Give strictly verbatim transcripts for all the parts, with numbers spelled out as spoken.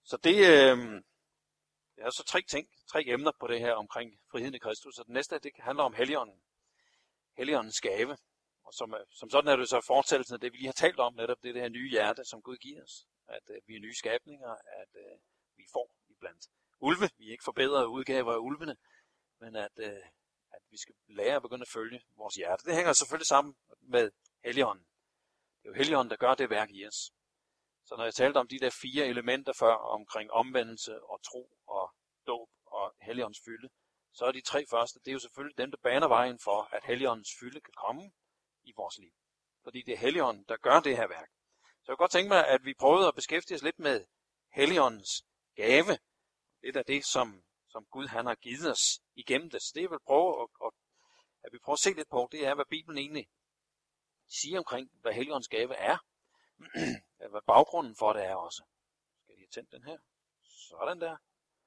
Så det, øh, det er så tre ting, tre emner på det her omkring friheden i Kristus. Og det næste, det handler om Helligånden. Helligåndens gave. Og som, som sådan er det så fortællelsen af det, vi lige har talt om, netop det, det her nye hjerte, som Gud giver os. At øh, vi er nye skabninger, at øh, vi får iblandt ulve. Vi er ikke forbedrede udgaver af ulvene, men at, øh, at vi skal lære at begynde at følge vores hjerte. Det hænger selvfølgelig sammen med Helligånden. Det er jo Helligånden, der gør det værk i os. Så når jeg talte om de der fire elementer før, omkring omvendelse og tro og dåb og Helligåndens fylde, så er de tre første, det er jo selvfølgelig dem, der baner vejen for, at Helligåndens fylde kan komme i vores liv. Fordi det er Helligånden, der gør det her værk. Så jeg kunne godt tænke mig, at vi prøvede at beskæftige os lidt med Helligåndens gave. Det er det, som, som Gud han har givet os igennem det. Så det jeg vil prøve at, at, at vi prøver at se lidt på, det er, hvad Bibelen egentlig siger omkring, hvad Helligåndens gave er. Hvad baggrunden for det er også. Skal jeg lige tænde den her? Sådan der.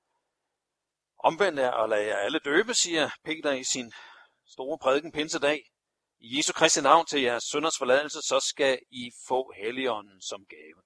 Omvendt er at lade jer alle døbe, siger Peter i sin store prædiken pinsedag. I Jesu Kristi navn til jeres synders forladelse, så skal I få Helligånden som gave.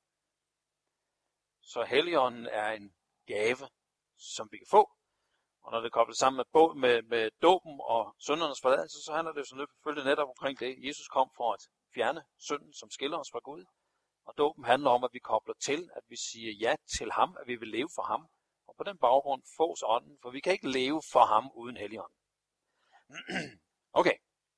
Så Helligånden er en gave, som vi kan få. Og når det er koblet sammen med, med, med dåben og syndernes forladelse, så handler det jo selvfølgelig netop omkring det. Jesus kom for at fjerne synden, som skiller os fra Gud. Og dåben handler om, at vi kobler til, at vi siger ja til ham, at vi vil leve for ham. Og på den baggrund fås ånden, for vi kan ikke leve for ham uden Helligånden. Okay.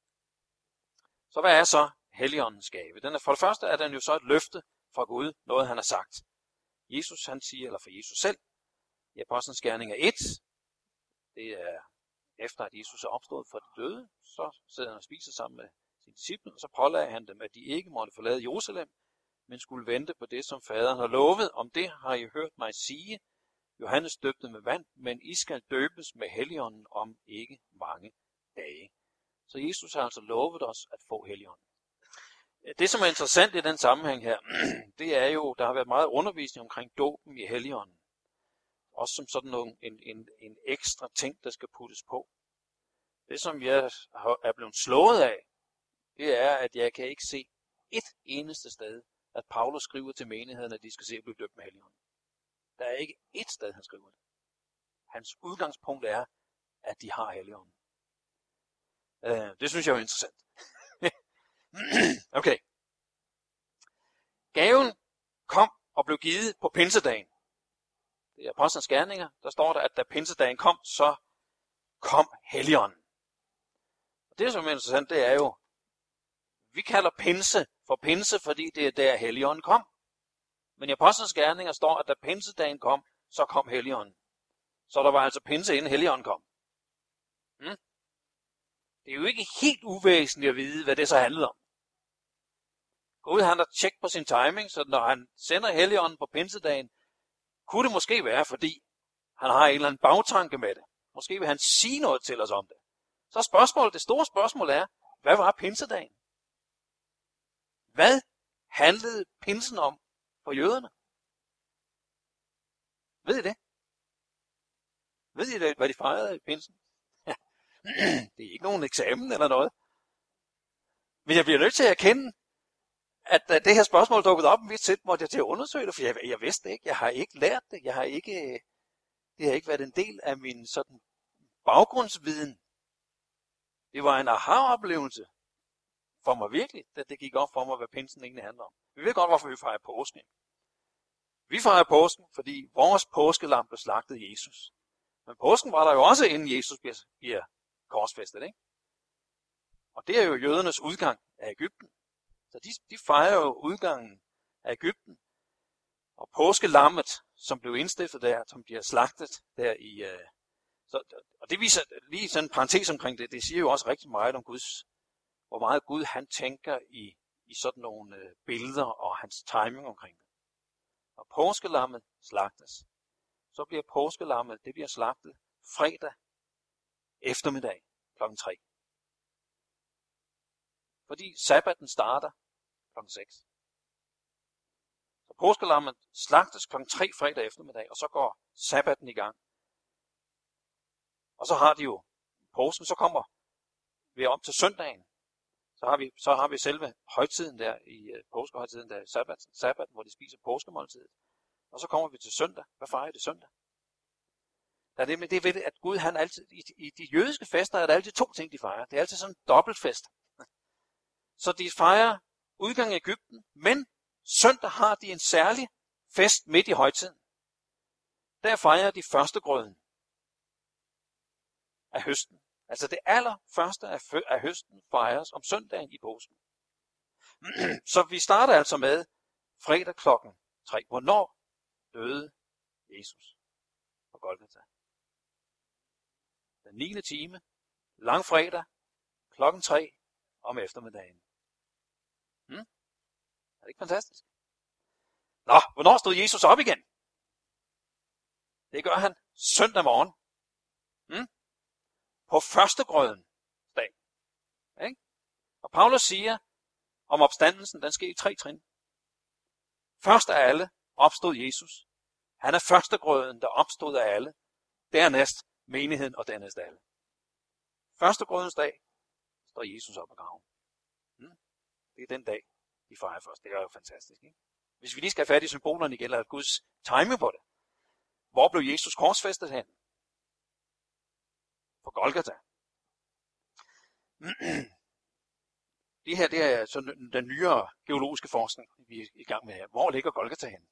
Så hvad er så Helligåndens gave? Den er, for det første er den jo så et løfte fra Gud, noget han har sagt. Jesus han siger, eller for Jesus selv, i Apostlenes Gerninger et, det er efter at Jesus er opstået fra de døde, så sidder han og spiser sammen med sine disciple, og så pålagde han dem, at de ikke måtte forlade Jerusalem, men skulle vente på det, som faderen har lovet. Om det har I hørt mig sige. Johannes døbte med vand, men I skal døbes med Helligånden om ikke mange dage. Så Jesus har altså lovet os at få Helligånden. Det, som er interessant i den sammenhæng her, det er jo, der har været meget undervisning omkring dåben i Helligånden. Også som sådan nogle, en, en, en ekstra ting, der skal puttes på. Det, som jeg er blevet slået af, det er, at jeg kan ikke se et eneste sted, at Paulus skriver til menigheden, at de skal se at blive døbt med Helligånden. Der er ikke ét sted, han skriver det. Hans udgangspunkt er, at de har Helligånden. Uh, det synes jeg er interessant. Okay. Gaven kom og blev givet på pinsedagen. Det er Apostlenes Gerninger. Der står der, at da pinsedagen kom, så kom Helligånden. Og det, som er interessant, det er jo, vi kalder pinse for pinse, fordi det er der Helligånden kom. Men i Apostlenes Gerninger står, at da pinsedagen kom, så kom Helligånden. Så der var altså pinse, inden Helligånden kom. Hmm? Det er jo ikke helt uvæsentligt at vide, hvad det så handlede om. Gud han har tjekket på sin timing, så når han sender Helligånden på pinsedagen, kunne det måske være, fordi han har en eller anden bagtanke med det. Måske vil han sige noget til os om det. Så spørgsmålet, det store spørgsmål er, hvad var pinsedagen? Hvad handlede pinsen om for jøderne? Ved I det? Ved I det, hvad de fejrede i pinsen? Ja. Det er ikke nogen eksamen eller noget. Men jeg bliver nødt til at erkende, at da det her spørgsmål dukkede op, vi selv måtte jeg til at undersøge det, for jeg, jeg vidste det ikke. Jeg har ikke lært det. Jeg har ikke, det har ikke været en del af min sådan baggrundsviden. Det var en aha-oplevelse for mig virkelig, da det gik op for mig, hvad pinsen egentlig handler om. Vi ved godt, hvorfor vi fejrer påsken. Vi fejrer påsken, fordi vores påskelam blev slagtet i Jesus. Men påsken var der jo også, inden Jesus bliver, bliver korsfæstet, ikke? Og det er jo jødernes udgang af Egypten. Så de, de fejrer jo udgangen af Egypten. Og påskelammet, som blev indstiftet der, som bliver slagtet der i... Øh, så, og det viser lige sådan en parentes omkring det. Det siger jo også rigtig meget om Guds, hvor meget Gud han tænker i, i sådan nogle øh, billeder og hans timing omkring det. Når påskelammet slagtes, så bliver påskelammet, det bliver slagtet fredag eftermiddag klokken tre. Fordi sabbaten starter klokken seks. Så påskelammet slagtes klokken tre fredag eftermiddag, og så går sabbaten i gang. Og så har de jo påsken, så kommer vi om til søndagen. Så har vi, så har vi selve højtiden der i uh, påskehøjtiden, der sabbat, sabbat, hvor de spiser påskemåltidet. Og så kommer vi til søndag. Hvad fejrer det søndag? Der er det med det ved, at Gud, han altid, i, i de jødiske fester er der altid to ting, de fejrer. Det er altid sådan en dobbeltfest. Så de fejrer udgang i Egypten, men søndag har de en særlig fest midt i højtiden. Der fejrer de førstegrøden af høsten. Altså det allerførste af, fø- af høsten fejres om søndagen i påsken. Så vi starter altså med fredag klokken tre. Hvornår døde Jesus på Golgata? Den niende time, langfredag, klokken tre om eftermiddagen. Hmm? Er det ikke fantastisk? Nå, hvornår stod Jesus op igen? Det gør han søndag morgen. Hmm? På førstegrøden dag. Ikke? Og Paulus siger om opstandelsen, den sker i tre trin. Først af alle opstod Jesus. Han er førstegrøden, der opstod af alle. Dernæst menigheden og dernæst alle. Førstegrødens dag står Jesus op af graven. Hmm? Det er den dag, de fejrer først. Det er jo fantastisk. Ikke? Hvis vi lige skal have fat i symbolerne igen, eller Guds timing på det. Hvor blev Jesus korsfæstet hen? På Golgata. Det her, det er sådan den nyere geologiske forskning, vi er i gang med her. Hvor ligger Golgata hen?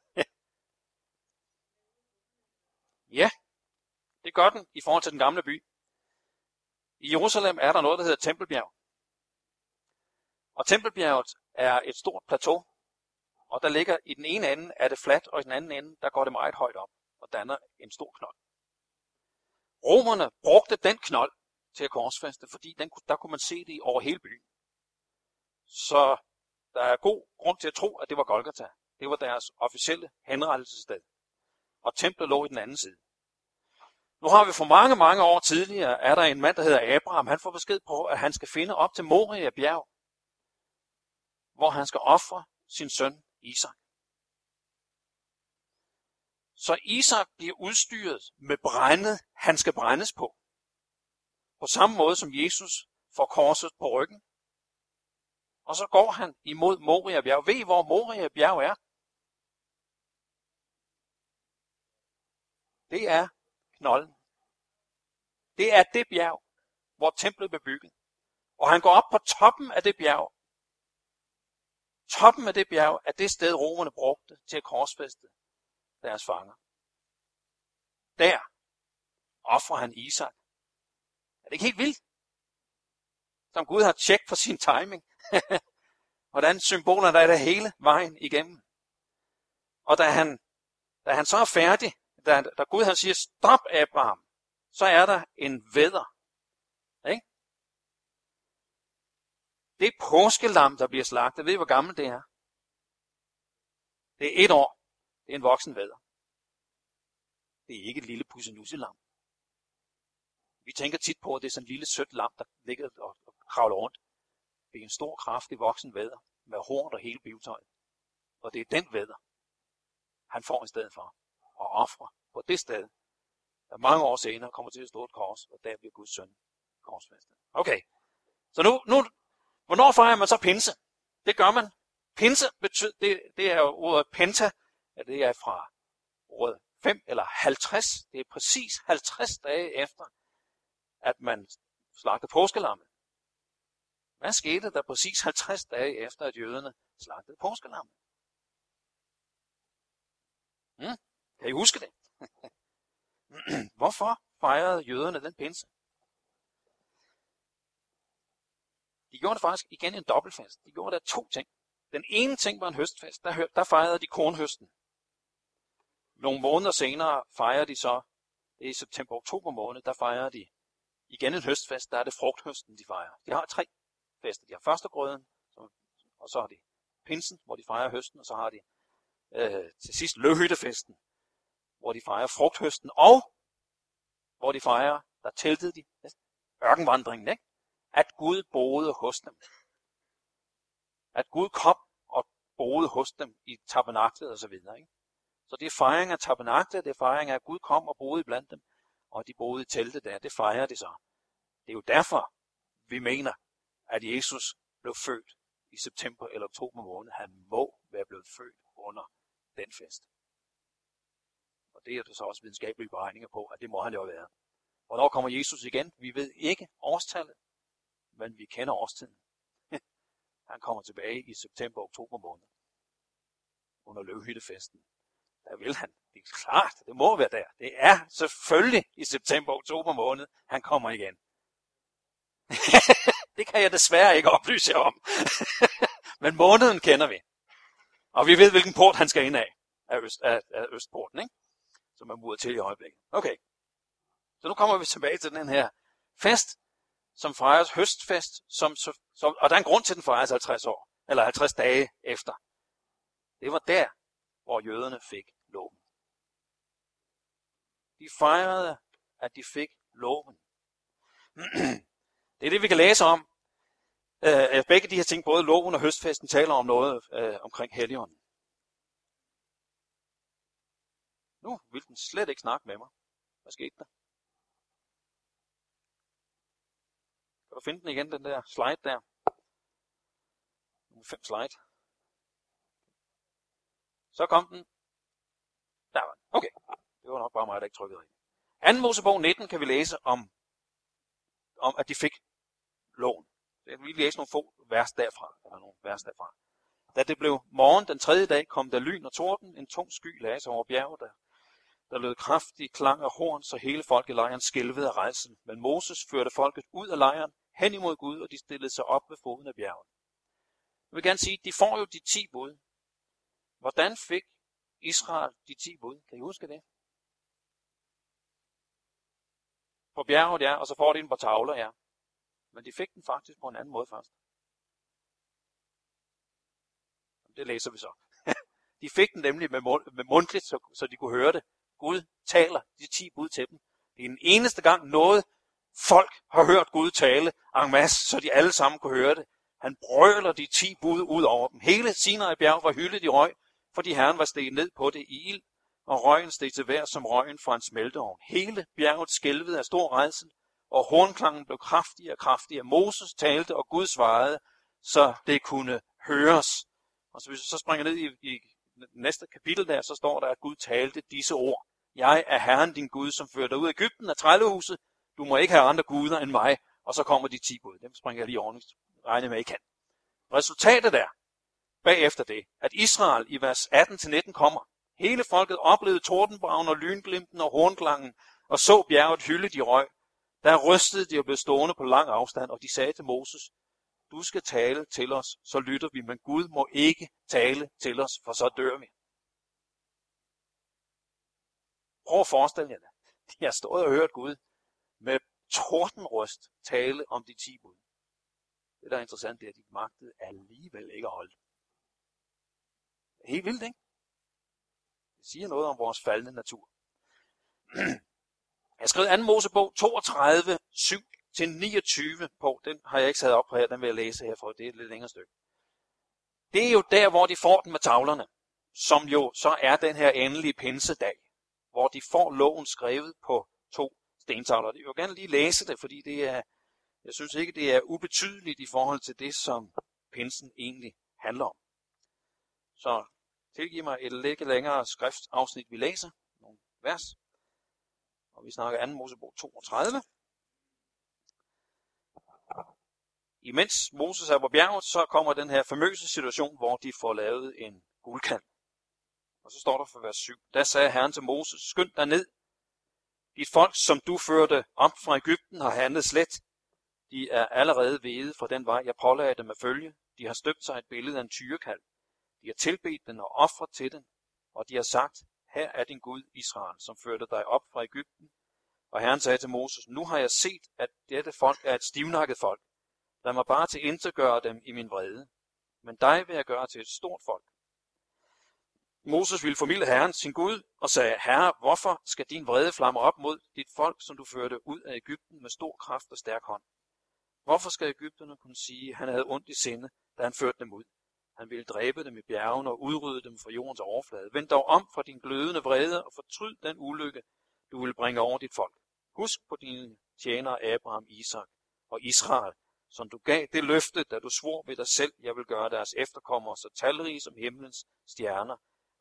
Ja, det gør den i forhold til den gamle by. I Jerusalem er der noget, der hedder Tempelbjerg. Og Tempelbjerget er et stort plateau, og der ligger i den ene ende er det fladt, og i den anden ende, der går det meget højt op og danner en stor knold. Romerne brugte den knold til at korsfæste, fordi den, der kunne man se det over hele byen. Så der er god grund til at tro, at det var Golgata. Det var deres officielle henrettelsessted. Og templet lå i den anden side. Nu har vi for mange, mange år tidligere, er der en mand, der hedder Abraham. Han får besked på, at han skal finde op til Moria bjerg, hvor han skal ofre sin søn Isak. Så Isak bliver udstyret med brændet, han skal brændes på. På samme måde som Jesus får korset på ryggen. Og så går han imod Moria bjerg. Ved I, hvor Moria bjerg er? Det er knolden. Det er det bjerg, hvor templet blev bygget. Og han går op på toppen af det bjerg. Toppen af det bjerg er det sted, romerne brugte til at korsfæste deres fanger. Der offrer han Isak. Er det ikke helt vildt? Som Gud har tjekket for sin timing. Hvordan symbolerne er der hele vejen igennem. Og da han, da han så er færdig, da, da Gud han siger, stop Abraham, så er der en vædder. Ikke? Det er påskelam, der bliver slagtet. Ved I, hvor gammel det er? Det er et år. Det er en voksen vædder. Det er ikke et lille pussenusselam. Vi tænker tit på, at det er sådan en lille sødt lam, der ligger og, og kravler rundt. Det er en stor, kraftig voksen vædder med horn og hele bivtøjet. Og det er den vædder, han får i stedet for at ofre på det sted, der mange år senere kommer til at stå et kors, og der bliver Guds søn korsfæstet. Okay, så nu, nu hvornår fejrer man så pinse? Det gør man. Pinse betyder, det, det er jo ordet penta, ja, det er fra ordet fem eller halvtreds. Det er præcis halvtreds dage efter, at man slagtede påskelammet. Hvad skete der præcis halvtreds dage efter, at jøderne slagtede påskelammet? Hmm? Kan I huske det? Hvorfor fejrede jøderne den pinse? De gjorde det faktisk igen en dobbeltfest. De gjorde der to ting. Den ene ting var en høstfest. Der, der fejrede de kornhøsten. Nogle måneder senere fejrer de så, det er i september-oktober måned, der fejrer de igen en høstfest. Der er det frugthøsten, de fejrer. De har tre fester. De har førstegrøden, og så har de pinsen, hvor de fejrer høsten, og så har de øh, til sidst løvhyttefesten, hvor de fejrer frugthøsten, og hvor de fejrer, der teltede de, ørkenvandringen, ikke? At Gud boede hos dem. At Gud kom og boede hos dem i tabernaklet og så videre, ikke? Så det er fejring af tabernaklet, det er fejring af, at Gud kom og boede blandt dem, og de boede i teltet der, det fejrer de så. Det er jo derfor, vi mener, at Jesus blev født i september eller oktober måned. Han må være blevet født under den fest. Og det er der så også videnskabelige beregninger på, at det må han jo være. Hvornår kommer Jesus igen? Vi ved ikke årstallet, men vi kender årstiden. Han kommer tilbage i september-oktober måned under løvhyttefesten. Der vil han. Det er klart, det må være der. Det er selvfølgelig i september-oktober måned, han kommer igen. Det kan jeg desværre ikke oplyse jer om. Men måneden kender vi. Og vi ved, hvilken port han skal ind af. Af, øst, af, af Østporten, ikke? Som er muret til i øjeblikket. Okay. Så nu kommer vi tilbage til den her fest, som fejres høstfest. Som, som, og der er en grund til, at den fejres halvtreds år. Eller halvtreds dage efter. Det var der, hvor jøderne fik loven. De fejrede, at de fik loven. Det er det, vi kan læse om. Øh, begge de her ting, både loven og høstfesten, taler om noget øh, omkring Helligånden. Nu vil den slet ikke snakke med mig. Hvad skete der? Kan du finde den igen, den der slide der? Fem slide. Så kom den. Der var den. Okay. Det var nok bare mig, der ikke trykkede rigtigt. anden Mosebog nitten kan vi læse om, om at de fik loven. Jeg vil læse nogle få vers derfra. Eller nogle vers derfra. Da det blev morgen den tredje dag, kom der lyn og torden. En tung sky lagde sig over bjerget, der, der lød kraftig klang af horn, så hele folket i lejren skælvede af rædsel. Men Moses førte folket ud af lejren, hen imod Gud, og de stillede sig op ved foden af bjerget. Jeg vil gerne sige, at de får jo de ti bud. Hvordan fik Israel de ti bud? Kan I huske det? På bjerget, ja, og så får de den på tavler, ja. Men de fik den faktisk på en anden måde først. Det læser vi så. De fik den nemlig med, mund, med mundtligt, så, så de kunne høre det. Gud taler de ti bud til dem. Det er den eneste gang noget folk har hørt Gud tale en masse, så de alle sammen kunne høre det. Han brøler de ti bud ud over dem. Hele Sinai bjerg var hyldet i røg, fordi Herren var steget ned på det i ild, og røgen steg til vejr som røgen fra en smelteovn. Hele bjerget skælvede af stor rædsel, og hornklangen blev kraftigere og kraftigere. Moses talte, og Gud svarede, så det kunne høres. Og så hvis vi så springer ned i, i næste kapitel der, så står der, at Gud talte disse ord. Jeg er Herren din Gud, som førte dig ud af Egypten af trællehuset. Du må ikke have andre guder end mig. Og så kommer de ti bud. Dem springer jeg lige ordentligt. Regne med, I kan. Resultatet er, bagefter det, at Israel i vers atten til nitten kommer. Hele folket oplevede tordenbragen og lynglimten og hornklangen, og så bjerget hyldet i røg. Der rystede de og blev stående på lang afstand, og de sagde til Moses, du skal tale til os, så lytter vi, men Gud må ikke tale til os, for så dør vi. Prøv at forestille jer det. De har stået og hørt Gud med tordenrøst tale om de ti bud. Det, der er interessant, det er, at de magtede alligevel ikke at holde. Det er helt vildt, ikke? Det siger noget om vores faldende natur. Jeg har skrevet anden Mosebog toogtredive, syv til niogtyve på. Den har jeg ikke sat op på her, den vil jeg læse her, for det er et lidt længere stykke. Det er jo der, hvor de får den med tavlerne, som jo så er den her endelige pinsedag, hvor de får loven skrevet på to stentavler. Jeg vil gerne lige læse det, fordi det er, jeg synes ikke, det er ubetydeligt i forhold til det, som pinsen egentlig handler om. Så tilgiv mig et lidt længere skriftafsnit, vi læser, nogle vers. Og vi snakker anden Mosebog toogtredive. Imens Moses er på bjerget, så kommer den her famøse situation, hvor de får lavet en guldkalv. Og så står der for vers syv. Der sagde Herren til Moses, skynd dig ned. Dit folk, som du førte op fra Egypten, har handlet slet. De er allerede vede for den vej, jeg pålagde dem at følge. De har støbt sig et billede af en tyrekalv. De har tilbedt den og ofret til den. Og de har sagt, her er din Gud Israel, som førte dig op fra Egypten. Og Herren sagde til Moses, nu har jeg set, at dette folk er et stivnakket folk. Lad mig bare til intet gøre dem i min vrede. Men dig vil jeg gøre til et stort folk. Moses ville formilde Herren sin Gud og sagde, Herre, hvorfor skal din vrede flamme op mod dit folk, som du førte ud af Egypten med stor kraft og stærk hånd? Hvorfor skal Egypterne kunne sige, at han havde ondt i sinde, da han førte dem ud? Han ville dræbe dem i bjergene og udrydde dem fra jordens overflade. Vend dog om fra din glødende vrede og fortryd den ulykke, du ville bringe over dit folk. Husk på dine tjenere Abraham, Isak og Israel, som du gav det løfte, da du svor ved dig selv, jeg vil gøre deres efterkommere så talrige som himlens stjerner,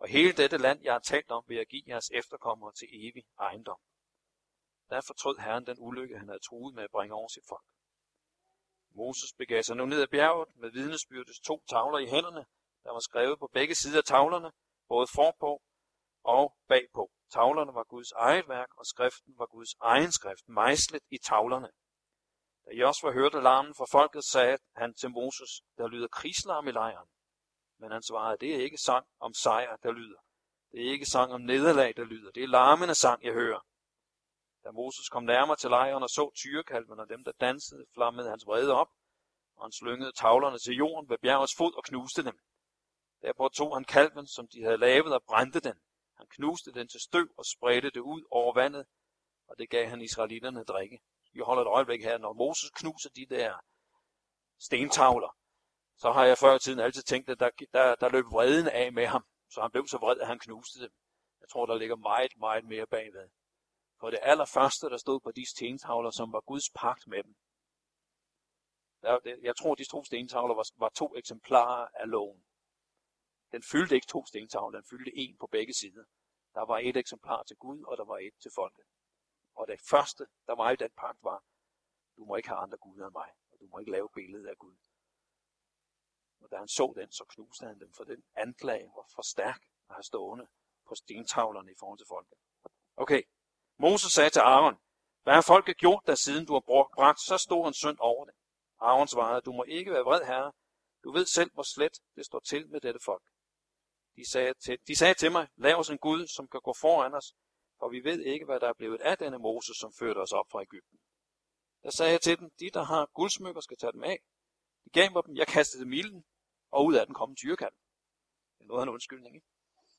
Og hele dette land, jeg har talt om, vil jeg give jeres efterkommere til evig ejendom. Der fortrød Herren den ulykke, han havde truet med at bringe over sit folk. Moses begav sig nu ned ad bjerget med vidnesbyrdets to tavler i hænderne, der var skrevet på begge sider af tavlerne, både forpå og bagpå. Tavlerne var Guds eget værk, og skriften var Guds egen skrift, mejslet i tavlerne. Da Josva hørte larmen fra folket, sagde han til Moses, der lyder krigslarm i lejren. Men han svarede, det er ikke sang om sejr, der lyder. Det er ikke sang om nederlag, der lyder. Det er larmende sang, jeg hører. Da Moses kom nærmere til lejren og så tyrekalven og dem, der dansede, flammede hans vrede op, og han slyngede tavlerne til jorden ved bjergets fod og knuste dem. Derpå tog han kalven, som de havde lavet, og brændte den. Han knuste den til støv og spredte det ud over vandet, og det gav han israelitterne at drikke. Vi holder et øjeblik her, når Moses knuser de der stentavler, så har jeg før i tiden altid tænkt, at der, der, der løb vreden af med ham, så han blev så vred, at han knuste dem. Jeg tror, der ligger meget, meget mere bagved. For det allerførste, der stod på de stentavler, som var Guds pagt med dem. Der, det, jeg tror, de to stentavler var, var to eksemplarer af loven. Den fyldte ikke to stentavler, den fyldte en på begge sider. Der var et eksemplar til Gud, og der var et til folket. Og det første, der var i den pagt, var, du må ikke have andre guder end mig, og du må ikke lave billedet af Gud. Og da han så den, så knuste han dem, for den anklage var for stærk at have stående på stentavlerne i forhold til folket. Okay, Moses sagde til Aaron, hvad har folket gjort, da siden du har bragt så stor en synd over det? Aaron svarede, du må ikke være vred, herre. Du ved selv, hvor slet det står til med dette folk. De sagde til, de sagde til mig, lav os en Gud, som kan gå foran os, for vi ved ikke, hvad der er blevet af denne Moses, som førte os op fra Egypten. Der sagde jeg til dem, de der har guldsmykker skal tage dem af. De gav mig dem, jeg kastede dem i ilden, og ud af den kom en tyrekalv. Det er noget af en undskyldning, ikke?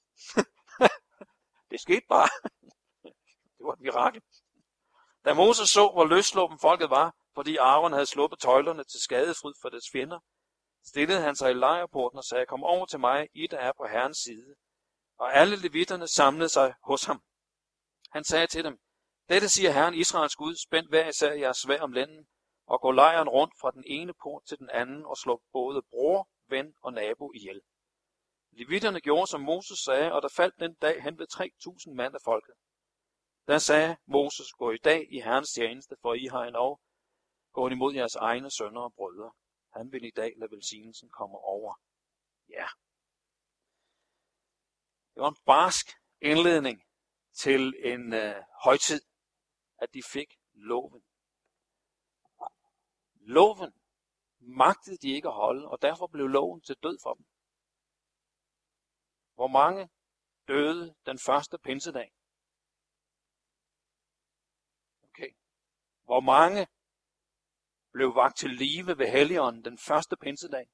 Det skete bare. Det var et mirakel. Da Moses så, hvor løsslåben folket var, fordi Aaron havde sluppet tøjlerne til skadefryd for dets fjender, stillede han sig i lejrporten og sagde, kom over til mig, I der er på Herrens side. Og alle levitterne samlede sig hos ham. Han sagde til dem, dette siger Herren Israels Gud, spænd hver især jeres sværd om lænden, og gå lejren rundt fra den ene port til den anden, og slå både bror, ven og nabo ihjel. Levitterne gjorde, som Moses sagde, og der faldt den dag hen ved tre tusind mand af folket. Der sagde Moses, gå i dag i Herrens tjeneste, for I har endnu gået imod jeres egne sønner og brødre. Han vil i dag lade velsignelsen komme over. Ja. Det var en barsk indledning til en øh, højtid, at de fik loven. Loven magtede de ikke at holde, og derfor blev loven til død for dem. Hvor mange døde den første pinsedag? Okay. Hvor mange blev vakt til live ved Helligånden den første pinsedag?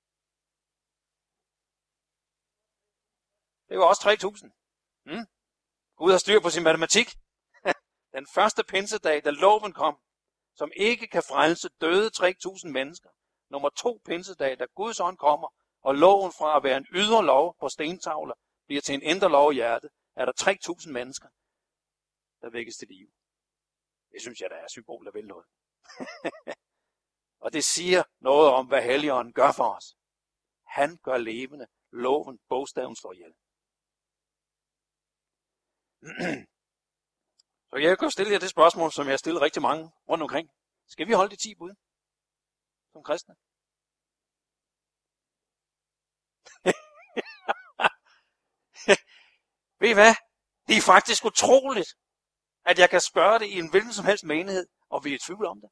Det var også tre tusind. Hmm? Gud har styr på sin matematik. Den første pinsedag, da loven kom, som ikke kan frelse, døde tre tusind mennesker. Nummer to pinsedag, da Guds ånd kommer, og loven fra at være en ydre lov på stentavler, bliver til en indre lov i hjertet, er der tre tusind mennesker, der vækkes til live. Det synes jeg, der er symbol, der vil noget. Og det siger noget om, hvad Helligånden gør for os. Han gør levende. Loven, bogstaven står ihjel. Så jeg kan stille jer det spørgsmål, som jeg har stillet rigtig mange rundt omkring. Skal vi holde de ti bud som kristne? Ved I hvad? Det er faktisk utroligt, at jeg kan spørge det i en hvilken som helst menighed, og vi er i tvivl om det.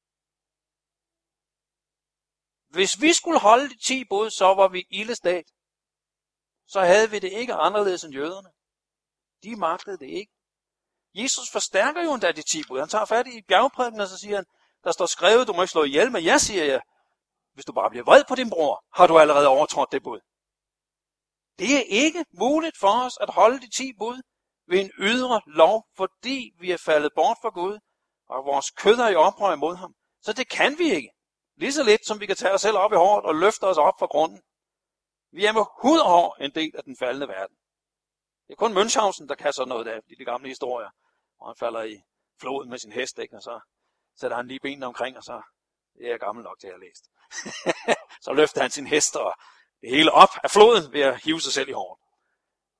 Hvis vi skulle holde de ti bud, så var vi ildestat. Så havde vi det ikke anderledes end jøderne. De magtede det ikke. Jesus forstærker jo endda de ti bud. Han tager fat i bjergprædiken, og så siger han, der står skrevet, du må ikke slå ihjel, men jeg siger jer, hvis du bare bliver vred på din bror, har du allerede overtrådt det bud. Det er ikke muligt for os at holde de ti bud ved en ydre lov, fordi vi er faldet bort fra Gud, og vores kød er i oprør imod ham. Så det kan vi ikke. Lige så lidt, som vi kan tage os selv op i håret og løfte os op fra grunden. Vi er med hud og hår en del af den faldende verden. Det er kun Münchhausen, der kan sådan noget af de, de gamle historier, hvor han falder i floden med sin hest, ikke? Og så sætter han lige benene omkring, og så det er jeg gammel nok til at have læst. Så løfter han sin hest og det hele op af floden ved at hive sig selv i håret.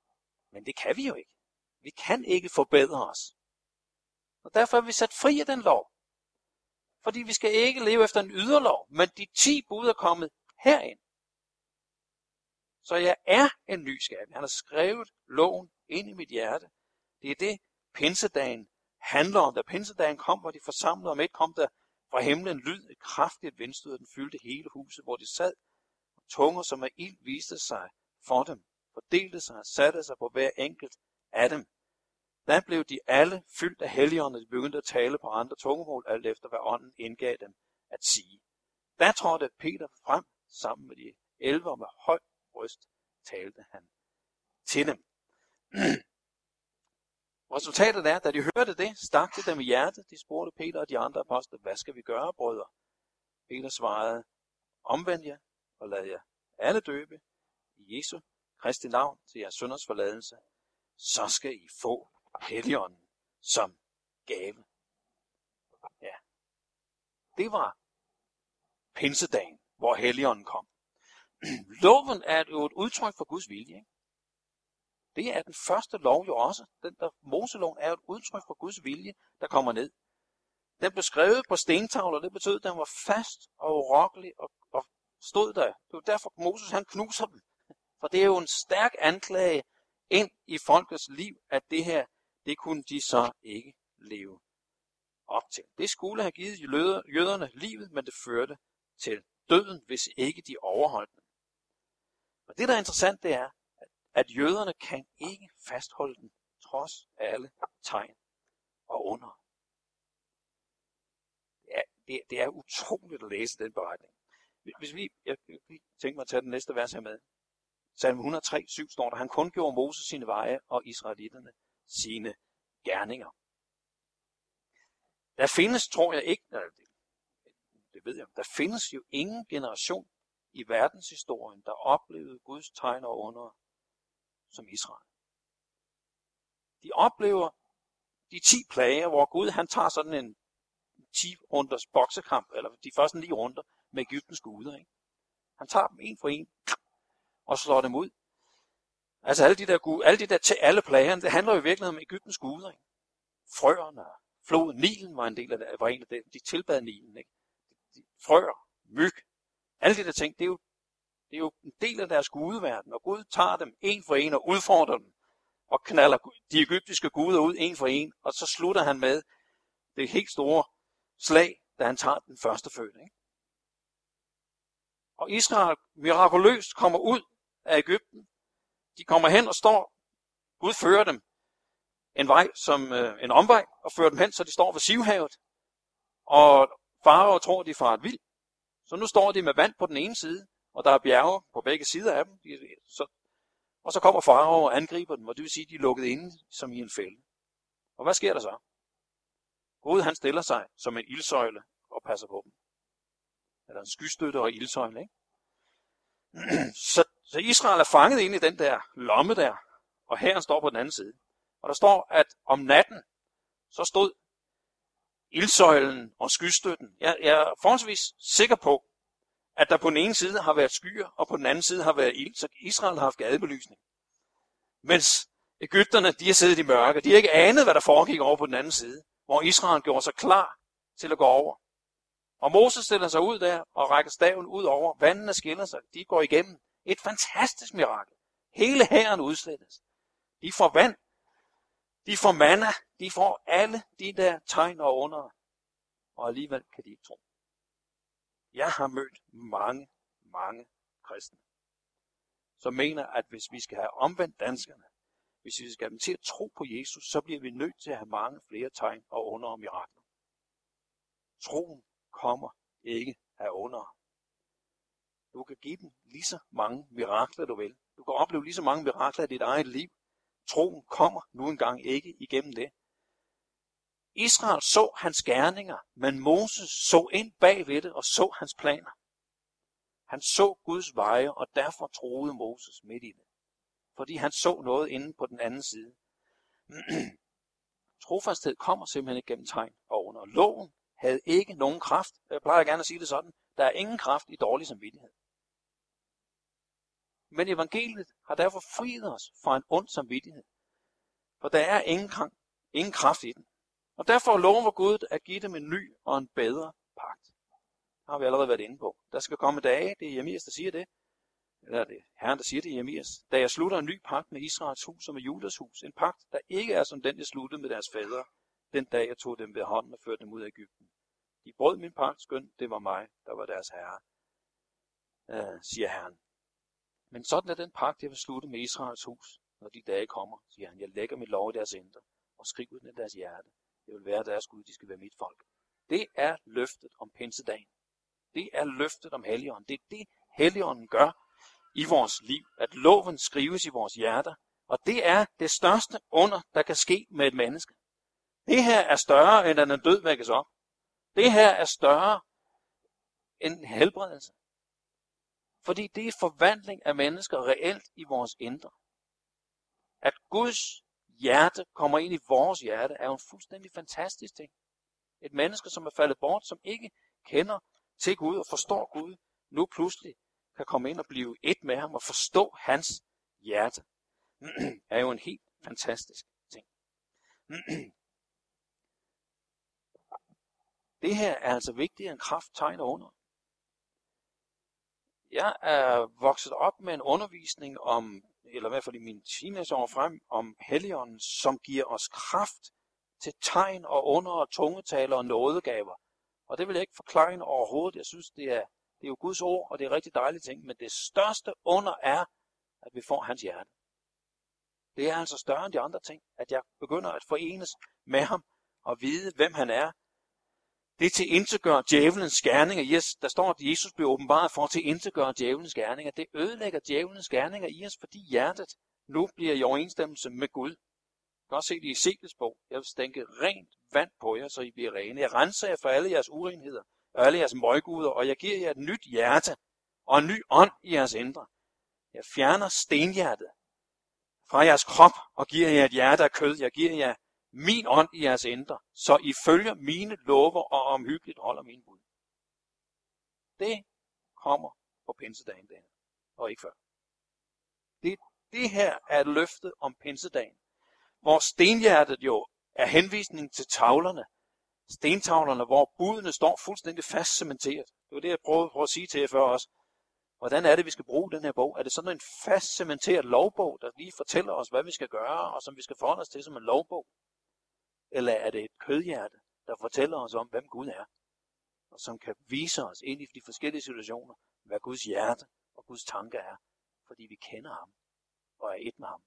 Men det kan vi jo ikke. Vi kan ikke forbedre os. Og derfor er vi sat fri af den lov. Fordi vi skal ikke leve efter en yderlov, men de ti bud er kommet herind. Så jeg er en ny skabning. Han har skrevet loven ind i mit hjerte. Det er det, pinsedagen handler om. Da pinsedagen kom, hvor de forsamlede om et, kom der fra himlen lyd, et kraftigt vindstød, den fyldte hele huset, hvor de sad. Og tunger, som af ild, viste sig for dem, fordelte sig og satte sig på hver enkelt af dem. Da blev de alle fyldt af Helligånden, og de begyndte at tale på andre tungemål, alt efter hvad ånden indgav dem at sige. Da trådte Peter frem sammen med de elve, og med høj røst talte han til dem. Resultatet er, da de hørte det, stak det dem i hjertet. De spurgte Peter og de andre apostle, hvad skal vi gøre, brødre? Peter svarede, omvend jer og lad jer alle døbe i Jesu Kristi navn til jeres synders forladelse. Så skal I få Helligånden som gave. Ja, det var pinsedagen, hvor Helligånden kom. Loven er jo et udtryk for Guds vilje. Ikke? Det er den første lov jo også. Den der Moseloven er et udtryk for Guds vilje, der kommer ned. Den blev skrevet på stentavler, det betød, at den var fast og urokkelig og, og stod der. Det var derfor Moses han knuser dem. For det er jo en stærk anklage ind i folkets liv, at det her, det kunne de så ikke leve op til. Det skulle have givet jøderne livet, men det førte til døden, hvis ikke de overholdt den. Og det, der er interessant, det er, at jøderne kan ikke fastholde den, trods alle tegn og under. Det er, det, det er utroligt at læse den beretning. Hvis vi, jeg, jeg tænker mig at tage den næste vers her med. Salme et hundrede og tre, syv står der, han kun gjorde Moses sine veje og israelitterne sine gerninger. Der findes, tror jeg ikke, det ved jeg, der findes jo ingen generation i verdenshistorien, der oplevede Guds tegn og under som Israel. De oplever de ti plager, hvor Gud han tager sådan en ti runders boksekamp, eller de første ni runder med Egyptens guder. Ikke? Han tager dem en for en og slår dem ud. Altså alle de der, guder, alle de der til alle plagerne, det handler jo virkelig om Egyptens guder. Ikke? Frøerne, floden, Nilen var en del af det, var en af dem. De tilbad Nilen. Ikke? De, frøer, myg, alle de der ting, det er jo Det er jo en del af deres gudeverden, og Gud tager dem en for en og udfordrer dem, og knaller de egyptiske guder ud en for en, og så slutter han med det helt store slag, da han tager den første fødte. Ikke? Og Israel mirakuløst kommer ud af Egypten. De kommer hen og står. Gud fører dem en vej som øh, en omvej, og fører dem hen, så de står ved Sivhavet. Og farao tror, de farer et vild. Så nu står de med vand på den ene side, og der er bjerge på begge sider af dem. Så, og så kommer farao og angriber dem, og det vil sige, at de er lukket inde som i en fælde. Og hvad sker der så? Gud han stiller sig som en ildsøjle og passer på dem. Eller en skystøtte og ildsøjle, ikke? Så, så Israel er fanget ind i den der lomme der, og hæren står på den anden side. Og der står, at om natten, så stod ildsøjlen og skystøtten. Jeg, jeg er forholdsvis sikker på, at der på den ene side har været skyer, og på den anden side har været ild, så Israel har haft gadebelysning. Mens Egypterne, de har siddet i mørke, de har ikke anet, hvad der foregik over på den anden side, hvor Israel gjorde sig klar til at gå over. Og Moses stiller sig ud der og rækker staven ud over, vandene skiller sig, de går igennem. Et fantastisk mirakel. Hele hæren udslettes. De får vand, de får manna, de får alle de der tegn og under, og alligevel kan de ikke tro. Jeg har mødt mange, mange kristne, som mener, at hvis vi skal have omvendt danskerne, hvis vi skal have dem til at tro på Jesus, så bliver vi nødt til at have mange flere tegn og under og mirakler. Troen kommer ikke af under. Du kan give dem lige så mange mirakler, du vil. Du kan opleve lige så mange mirakler i dit eget liv. Troen kommer nu engang ikke igennem det. Israel så hans gerninger, men Moses så ind bagved det og så hans planer. Han så Guds veje, og derfor troede Moses midt i det. Fordi han så noget inde på den anden side. Trofasthed kommer simpelthen ikke gennem tegn og under. Loven havde ikke nogen kraft. Jeg plejer gerne at sige det sådan. Der er ingen kraft i dårlig samvittighed. Men evangeliet har derfor friet os fra en ond samvittighed. For der er ingen, krank, ingen kraft i den. Og derfor lover Gud at give dem en ny og en bedre pagt. Det har vi allerede været inde på. Der skal komme dage, det er Jeremias, der siger det. Eller det er Herren, der siger det i Jeremias. Da jeg slutter en ny pagt med Israels hus og med Judas hus. En pagt, der ikke er som den, jeg sluttede med deres fædre, den dag jeg tog dem ved hånden og førte dem ud af Egypten. De brød min pagt, skønt det var mig, der var deres herre, øh, siger Herren. Men sådan er den pagt, jeg vil slutte med Israels hus, når de dage kommer, siger han. Jeg lægger mit lov i deres indre og skriver den i deres hjerte. Det vil være deres Gud, de skal være mit folk. Det er løftet om pinsedagen. Det er løftet om Helligånden. Det er det, Helligånden gør i vores liv. At loven skrives i vores hjerter. Og det er det største under, der kan ske med et menneske. Det her er større, end at en død vækkes op. Det her er større end helbredelse. Fordi det er forvandling af mennesker reelt i vores indre. At Guds hjerte kommer ind i vores hjerte, er jo en fuldstændig fantastisk ting. Et menneske, som er faldet bort, som ikke kender til Gud og forstår Gud, nu pludselig kan komme ind og blive et med ham og forstå hans hjerte, er jo en helt fantastisk ting. Det her er altså vigtigere end kraft, tegn og under. Jeg er vokset op med en undervisning om, eller i hvert fald i mine teenageår frem, om Helligånden, som giver os kraft til tegn og under og tungetaler og nådegaver. Og det vil jeg ikke forklare overhovedet. Jeg synes, det er, det er jo Guds ord, og det er rigtig dejlige ting. Men det største under er, at vi får hans hjerte. Det er altså større end de andre ting, at jeg begynder at forenes med ham og vide, hvem han er. Det til integør djævelens gerninger. Yes, der står, at Jesus bliver åbenbaret for til integør djævelens gerninger. Det ødelægger djævelens gerninger i os, fordi hjertet nu bliver i overensstemmelse med Gud. Jeg kan også se det i Ezekiels bog. Jeg vil stænke rent vand på jer, så I bliver rene. Jeg renser jer for alle jeres urenheder og alle jeres møguder, og jeg giver jer et nyt hjerte og en ny ånd i jeres indre. Jeg fjerner stenhjertet fra jeres krop og giver jer et hjerte af kød. Jeg giver jer min ånd i jeres indre, så I følger mine lover og omhyggeligt holder mine bud. Det kommer på pinsedagen, det her, og ikke før. Det, det her er et løfte om pinsedagen, hvor stenhjertet jo er henvisning til tavlerne. Stentavlerne, hvor budene står fuldstændig fast cementeret. Det var det, jeg prøvede på at sige til jer før også. Hvordan er det, vi skal bruge den her bog? Er det sådan en fast cementeret lovbog, der lige fortæller os, hvad vi skal gøre, og som vi skal forholde os til som en lovbog? Eller er det et kødhjerte, der fortæller os om, hvem Gud er, og som kan vise os ind i de forskellige situationer, hvad Guds hjerte og Guds tanke er, fordi vi kender ham og er et med ham.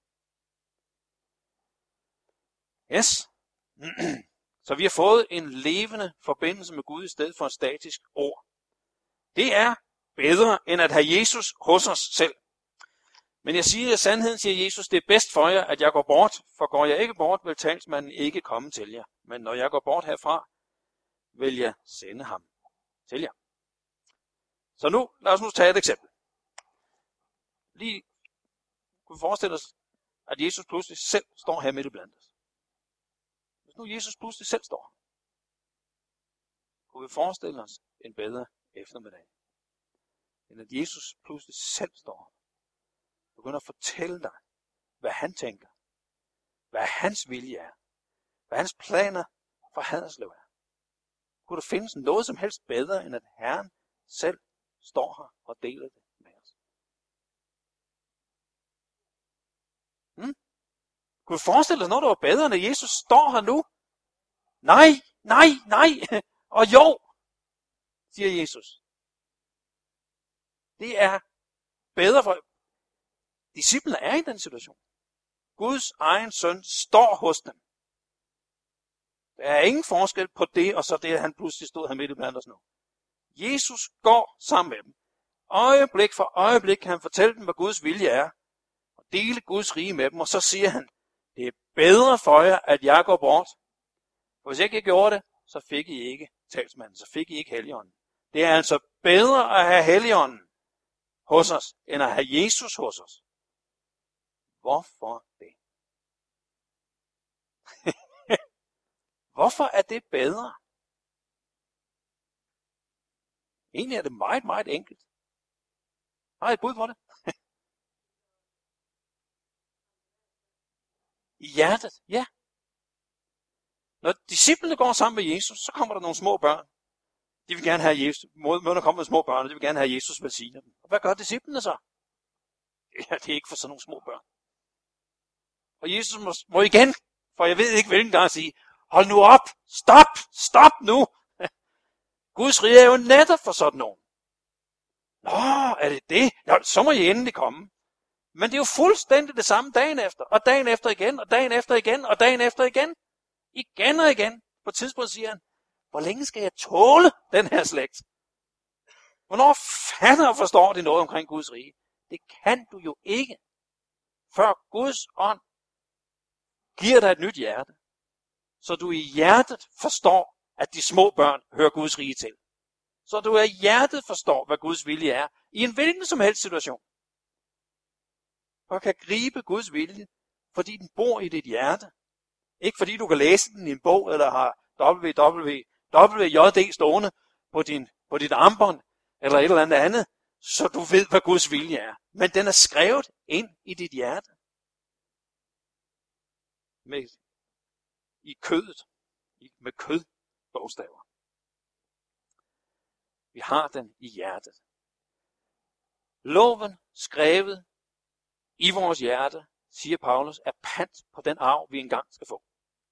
Yes. Så vi har fået en levende forbindelse med Gud i stedet for et statisk ord. Det er bedre end at have Jesus hos os selv. Men jeg siger, at sandheden siger Jesus, det er bedst for jer, at jeg går bort, for går jeg ikke bort, vil talsmanden ikke komme til jer. Men når jeg går bort herfra, vil jeg sende ham til jer. Så nu, lad os nu tage et eksempel. Lige kunne vi forestille os, at Jesus pludselig selv står her midt i blandt os. Hvis nu Jesus pludselig selv står her, kunne vi forestille os en bedre eftermiddag, end at Jesus pludselig selv står her. Begynder at fortælle dig, hvad han tænker, hvad hans vilje er, hvad hans planer for Haderslev er. Kunne der findes noget som helst bedre, end at Herren selv står her og deler det med os? Hmm? Kunne vi forestille os noget, der var bedre, end at Jesus står her nu? Nej, nej, nej, og jo, siger Jesus. Det er bedre for... Disciplene er i den situation. Guds egen søn står hos dem. Der er ingen forskel på det, og så det, at han pludselig stod her midt i blandt os nu. Jesus går sammen med dem. Øjeblik for øjeblik kan han fortælle dem, hvad Guds vilje er, og dele Guds rige med dem, og så siger han, det er bedre for jer, at jeg går bort. For hvis jeg ikke gjorde det, så fik I ikke talsmanden, så fik I ikke Helligånden. Det er altså bedre at have Helligånden hos os, end at have Jesus hos os. Hvorfor det? Hvorfor er det bedre? Egentlig er det meget, meget enkelt. Har jeg et bud på det? I hjertet, ja. Når disciplene går sammen med Jesus, så kommer der nogle små børn. De vil gerne have Jesus. Måden at komme med små børn, de vil gerne have Jesus velsigne dem. Og hvad gør disciplene så? Ja, det er ikke for sådan nogle små børn. Og Jesus må, må igen, for jeg ved ikke hvilken gang at sige, hold nu op, stop, stop nu. Guds rige er jo netop for sådan nogen. Nå, er det det? Nå, så må I endelig komme. Men det er jo fuldstændig det samme dagen efter, og dagen efter igen, og dagen efter igen, og dagen efter igen. Igen og igen. På et tidspunkt siger han, hvor længe skal jeg tåle den her slægt? Hvornår fatter og forstår de noget omkring Guds rige? Det kan du jo ikke, før Guds ånd giver dig et nyt hjerte, så du i hjertet forstår, at de små børn hører Guds rige til. Så du i hjertet forstår, hvad Guds vilje er, i en hvilken som helst situation. Og kan gribe Guds vilje, fordi den bor i dit hjerte. Ikke fordi du kan læse den i en bog, eller har W W W J D stående på, din, på dit armbånd, eller et eller andet andet, så du ved, hvad Guds vilje er. Men den er skrevet ind i dit hjerte. Med, i kødet. Med kødbogstaver. Vi har den i hjertet. Loven skrevet i vores hjerte, siger Paulus, er pant på den arv, vi engang skal få.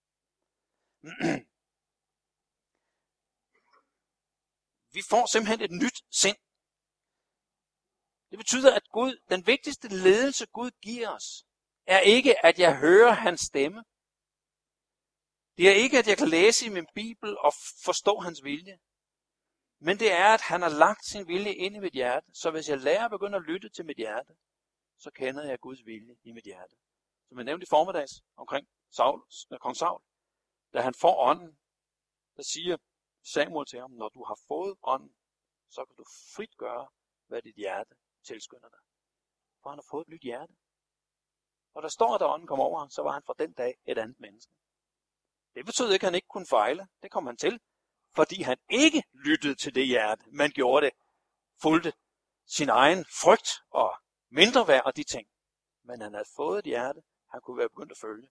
Vi får simpelthen et nyt sind. Det betyder, at Gud, den vigtigste ledelse Gud giver os, er ikke, at jeg hører hans stemme. Det er ikke, at jeg kan læse i min Bibel og forstå hans vilje. Men det er, at han har lagt sin vilje ind i mit hjerte. Så hvis jeg lærer at begynde at lytte til mit hjerte, så kender jeg Guds vilje i mit hjerte. Som jeg nævnte i formiddags omkring Saul, kong Saul. Da han får ånden, der siger Samuel til ham, når du har fået ånden, så kan du frit gøre, hvad dit hjerte tilskynder dig. For han har fået et nyt hjerte. Og der står, at da ånden kom over ham, så var han fra den dag et andet menneske. Det betød ikke, at han ikke kunne fejle. Det kom han til, fordi han ikke lyttede til det hjerte. Man gjorde det, fulgte sin egen frygt og mindreværd og de ting. Men han havde fået et hjerte, han kunne være begyndt at følge.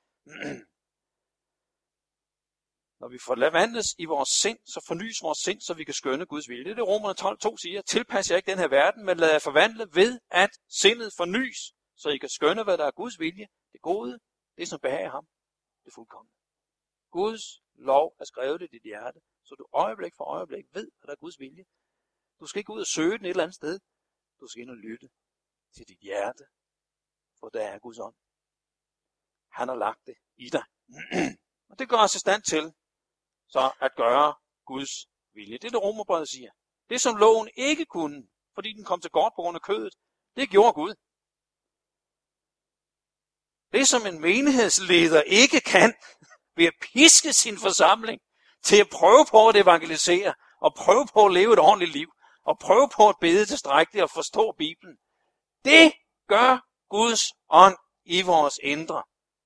Når vi forvandles i vores sind, så fornyes vores sind, så vi kan skønne Guds vilje. Det er det, Romerne tolv to siger. Tilpas jer ikke den her verden, men lad jer forvandle ved, at sindet fornyes, så I kan skønne, hvad der er Guds vilje. Det gode, det som behager ham, det fuldkomne. Guds lov er skrevet i dit hjerte, så du øjeblik for øjeblik ved, hvad der er Guds vilje. Du skal ikke ud og søge den et eller andet sted. Du skal ind og lytte til dit hjerte, for der er Guds ånd. Han har lagt det i dig. Og det gør os i stand til så at gøre Guds vilje. Det er det, Romerbrevet siger. Det, som loven ikke kunne, fordi den kom til godt på grund af kødet, det gjorde Gud. Det, som en menighedsleder ikke kan, ved at piske sin forsamling til at prøve på at evangelisere, og prøve på at leve et ordentligt liv, og prøve på at bede tilstrækkeligt og forstå Bibelen, det gør Guds ånd i vores indre.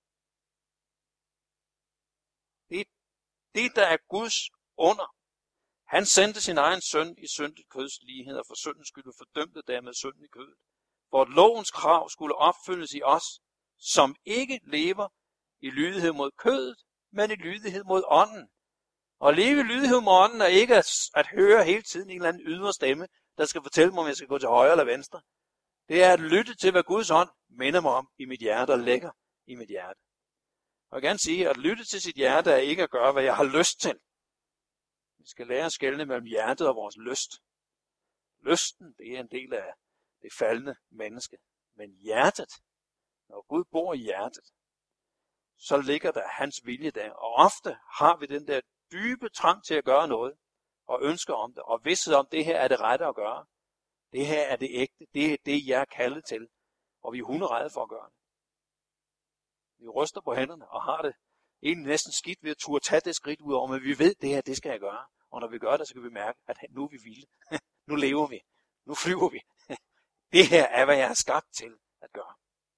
Det, det der er Guds under. Han sendte sin egen søn i syndigt køds lighed, og for syndens skyld fordømte dermed synden i kødet. For at lovens krav skulle opfyldes i os, som ikke lever i lydighed mod kødet, men i lydighed mod ånden. Og at leve i lydighed mod ånden er ikke at, at høre hele tiden en eller anden ydre stemme, der skal fortælle mig, om jeg skal gå til højre eller venstre. Det er at lytte til, hvad Guds ånd minder mig om i mit hjerte og lægger i mit hjerte. Og jeg vil gerne sige, at lytte til sit hjerte er ikke at gøre, hvad jeg har lyst til. Vi skal lære at skelne mellem hjertet og vores lyst. Lysten, det er en del af det faldende menneske. Men hjertet, når Gud bor i hjertet, så ligger der hans vilje der. Og ofte har vi den der dybe trang til at gøre noget, og ønsker om det, og vidsthed om, det her er det rette at gøre. Det her er det ægte, det er det, jeg er kaldet til, og vi er hunderede for at gøre det. Vi ryster på hænderne og har det egentlig næsten skidt ved at turde tage det skridt ud over, men vi ved, det her, det skal jeg gøre. Og når vi gør det, så kan vi mærke, at nu er vi vilde. Nu lever vi. Nu flyver vi. Det her er, hvad jeg er skabt til at gøre.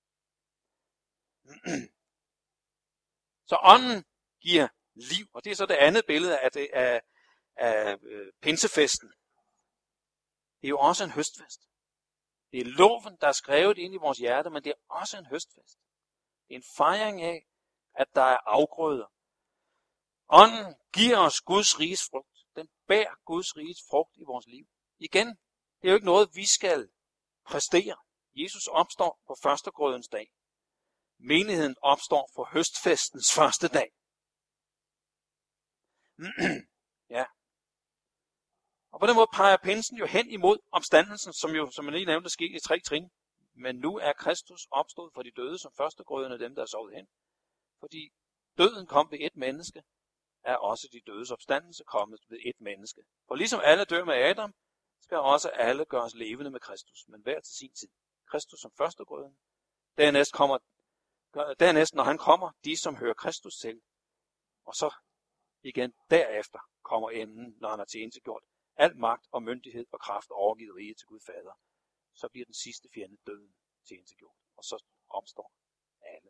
Så ånden giver liv, og det er så det andet billede af, det, af, af øh, pinsefesten. Det er jo også en høstfest. Det er loven, der er skrevet ind i vores hjerte, men det er også en høstfest. Det er en fejring af, at der er afgrøder. Ånden giver os Guds riges frugt. Den bærer Guds riges frugt i vores liv. Igen, det er jo ikke noget, vi skal præstere. Jesus opstår på førstegrødens dag. Menigheden opstår på høstfestens første dag. Ja. Og på den måde peger pinsen jo hen imod opstandelsen, som jo, som man lige nævnte, skete i tre trin. Men nu er Kristus opstået for de døde som førstegrøden af dem, der er sovet hen. Fordi døden kom ved et menneske, er også de dødes opstandelse kommet ved et menneske. For ligesom alle dør med Adam, skal også alle gøres levende med Kristus, men hver til sin tid. Kristus som førstegrøden. Dernæst kommer, dernæst når han kommer, de som hører Kristus til. Og så igen derefter kommer enden, når han har tjenestegjort al magt og myndighed og kraft overgivet rige til Gud Fader. Så bliver den sidste fjende døden tjenestegjort, og så opstår alle.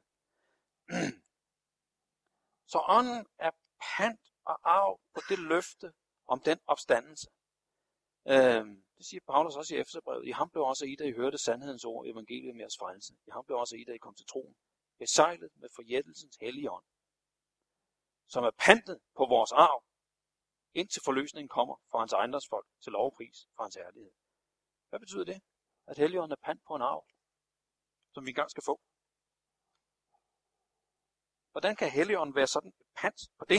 Så ånden er pant og arv på det løfte om den opstandelse. Øhm, det siger Paulus også i Efeserbrevet. I ham blev også I, da I hørte sandhedens ord, evangeliet med jeres frelse. I ham blev også I, da I kom til troen. Besejlet med forjættelsens hellige ånd, som er pantet på vores arv, indtil forløsningen kommer fra hans ejendomsfolk til lovpris for hans herlighed. Hvad betyder det? At Helligånden er pant på en arv, som vi engang skal få. Hvordan kan Helligånden være sådan et pant på det?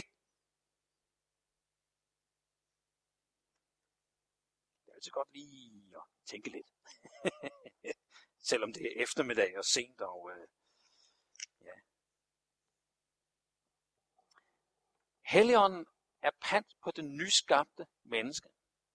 Det er altid godt lige at tænke lidt. Selvom det er eftermiddag og sent og øh, ja. Helligånden er pant på det nyskabte menneske.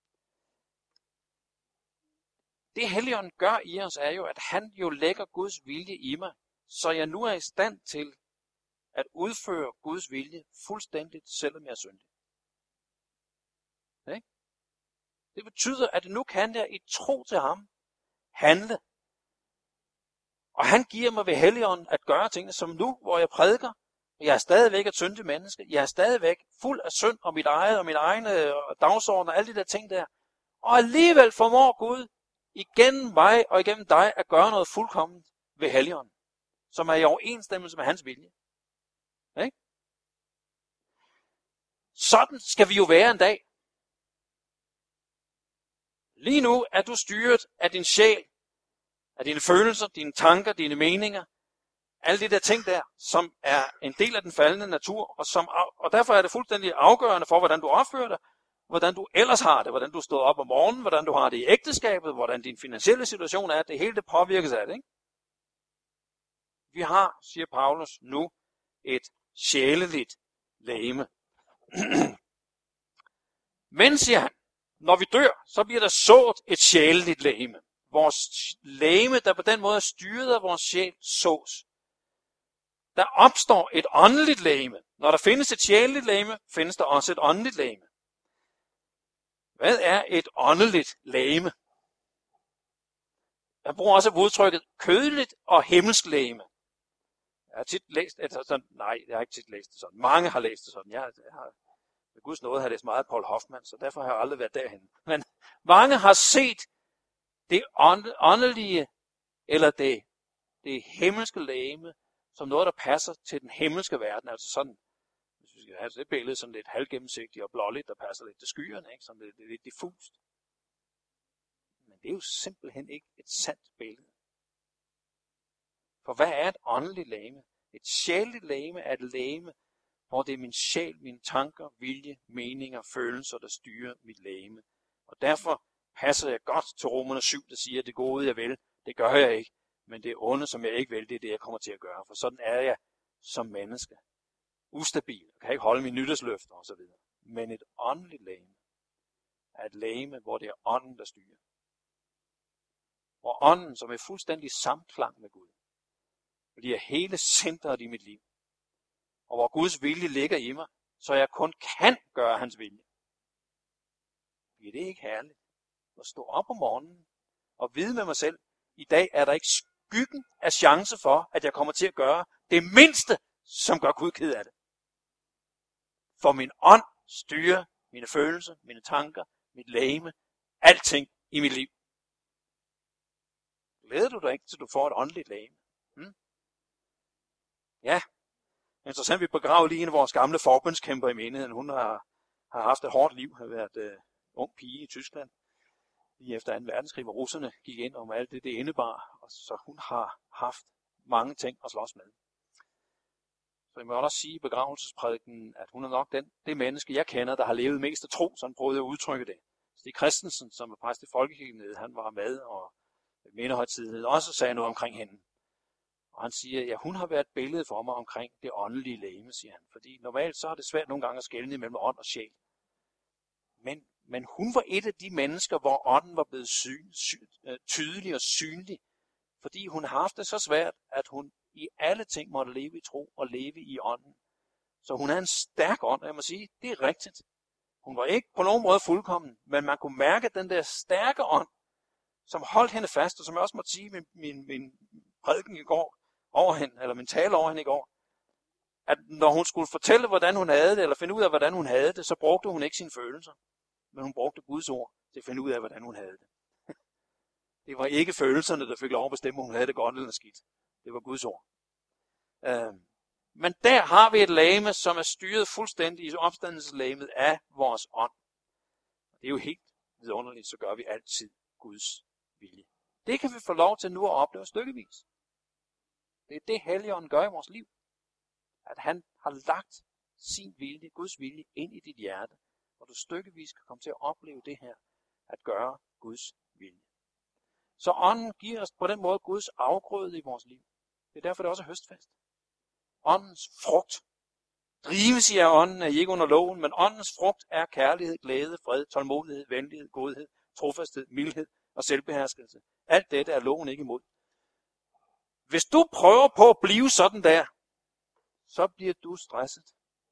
Det Helligånden gør i os er jo, at han jo lægger Guds vilje i mig, så jeg nu er i stand til at udføre Guds vilje fuldstændigt, selvom jeg er syndig. Okay? Det betyder, at nu kan jeg i tro til ham handle. Og han giver mig ved Helligånden at gøre tingene som nu, hvor jeg prædiker. Jeg er stadigvæk et syndigt menneske. Jeg er stadigvæk fuld af synd og mit eget og min egen dagsorden og alle de der ting der. Og alligevel formår Gud igennem mig og igennem dig at gøre noget fuldkomment ved Helligånden, som er i overensstemmelse med hans vilje. Okay? Sådan skal vi jo være en dag. Lige nu er du styret af din sjæl, af dine følelser, dine tanker, dine meninger, alle de der ting der, som er en del af den faldende natur, og, som, og derfor er det fuldstændig afgørende for, hvordan du opfører dig, hvordan du ellers har det, hvordan du står op om morgenen, hvordan du har det i ægteskabet, hvordan din finansielle situation er, det hele det påvirkes af det. Ikke? Vi har, siger Paulus, nu et sjæleligt legeme. Men, siger han, når vi dør, så bliver der sået et sjæleligt legeme. Vores legeme, der på den måde er styret af vores sjæl, sås. Der opstår et åndeligt legeme. Når der findes et sjæleligt legeme, findes der også et åndeligt legeme. Hvad er et åndeligt legeme? Jeg bruger også udtrykket kødeligt og himmelsk legeme. Jeg har tit læst det sådan. Nej, jeg har ikke tit læst det sådan. Mange har læst det sådan. Jeg, jeg har ved Guds nåde har læst meget Paul Hoffmann, så derfor har jeg aldrig været derhen. Men mange har set det åndelige, eller det, det himmelske legeme, som noget, der passer til den himmelske verden. Altså sådan, hvis vi skal have det billede, sådan lidt halvgennemsigtigt og blåligt, der passer lidt til skyerne, ikke? Sådan lidt, lidt diffust. Men det er jo simpelthen ikke et sandt billede. For hvad er et åndeligt legeme? Et sjæleligt legeme er et legeme, hvor det er min sjæl, mine tanker, vilje, meninger, følelser, der styrer mit legeme. Og derfor passer jeg godt til Romerne syv, der siger, at det gode, jeg vil, det gør jeg ikke. Men det onde, som jeg ikke vil, det er det, jeg kommer til at gøre. For sådan er jeg som menneske. Ustabil. Jeg kan ikke holde mine nytårsløfter osv. Men et åndeligt legeme er et legeme, hvor det er ånden, der styrer. Hvor ånden, som er fuldstændig samklang med Gud, bliver hele centret i mit liv. Og hvor Guds vilje ligger i mig, så jeg kun kan gøre hans vilje. Bliver det ikke herligt? At stå op om morgenen og vide med mig selv, i dag er der ikke skyggen af chance for, at jeg kommer til at gøre det mindste, som gør Gud ked af det. For min ånd styrer mine følelser, mine tanker, mit legeme, alting i mit liv. Glæder du dig ikke, til du får et åndeligt legeme? Hmm? Ja, interessant, vi begraver lige en af vores gamle forbundskæmper i menigheden. Hun har, har haft et hårdt liv, har været uh, ung pige i Tyskland. Lige efter anden verdenskrig, hvor russerne gik ind om alt det, det indebar. Og så hun har haft mange ting at slås med. Så jeg må også sige i begravelsesprædiken, at hun er nok den, det menneske, jeg kender, der har levet mest af tro, sådan prøvede jeg at udtrykke det. Stig Christensen, som er præst i Folkekirken, han var med, og mindehøjtidlighed også sagde noget omkring hende. Og han siger, ja, hun har været et billede for mig omkring det åndelige legeme, siger han. Fordi normalt så er det svært nogle gange at skelne mellem ånd og sjæl. Men, men hun var et af de mennesker, hvor ånden var blevet syn, sy, tydelig og synlig. Fordi hun har haft det så svært, at hun i alle ting måtte leve i tro og leve i ånden. Så hun er en stærk ånd, og jeg må sige, det er rigtigt. Hun var ikke på nogen måde fuldkommen, men man kunne mærke den der stærke ånd, som holdt hende fast, og som jeg også måtte sige min, min, min prædiken i går over hende, eller min tale over hende i går, at når hun skulle fortælle, hvordan hun havde det, eller finde ud af, hvordan hun havde det, så brugte hun ikke sine følelser, men hun brugte Guds ord til at finde ud af, hvordan hun havde det. Det var ikke følelserne, der fik lov at bestemme, om hun havde det godt eller skidt. Det var Guds ord. Øh, men der har vi et legeme, som er styret fuldstændig i opstandelseslegemet af vores ånd. Det er jo helt vidunderligt, så gør vi altid Guds vilje. Det kan vi få lov til nu at opleve stykkevis. Det er det, Helligånden gør i vores liv. At han har lagt sin vilje, Guds vilje, ind i dit hjerte, og du stykkevis kan komme til at opleve det her, at gøre Guds vilje. Så ånden giver os på den måde Guds afgrøde i vores liv. Det er derfor, det også er høstfest. Åndens frugt. Drives I af ånden, er I ikke under loven, men åndens frugt er kærlighed, glæde, fred, tålmodighed, venlighed, godhed, trofasthed, mildhed og selvbeherskelse. Alt dette er loven ikke imod. Hvis du prøver på at blive sådan der, så bliver du stresset.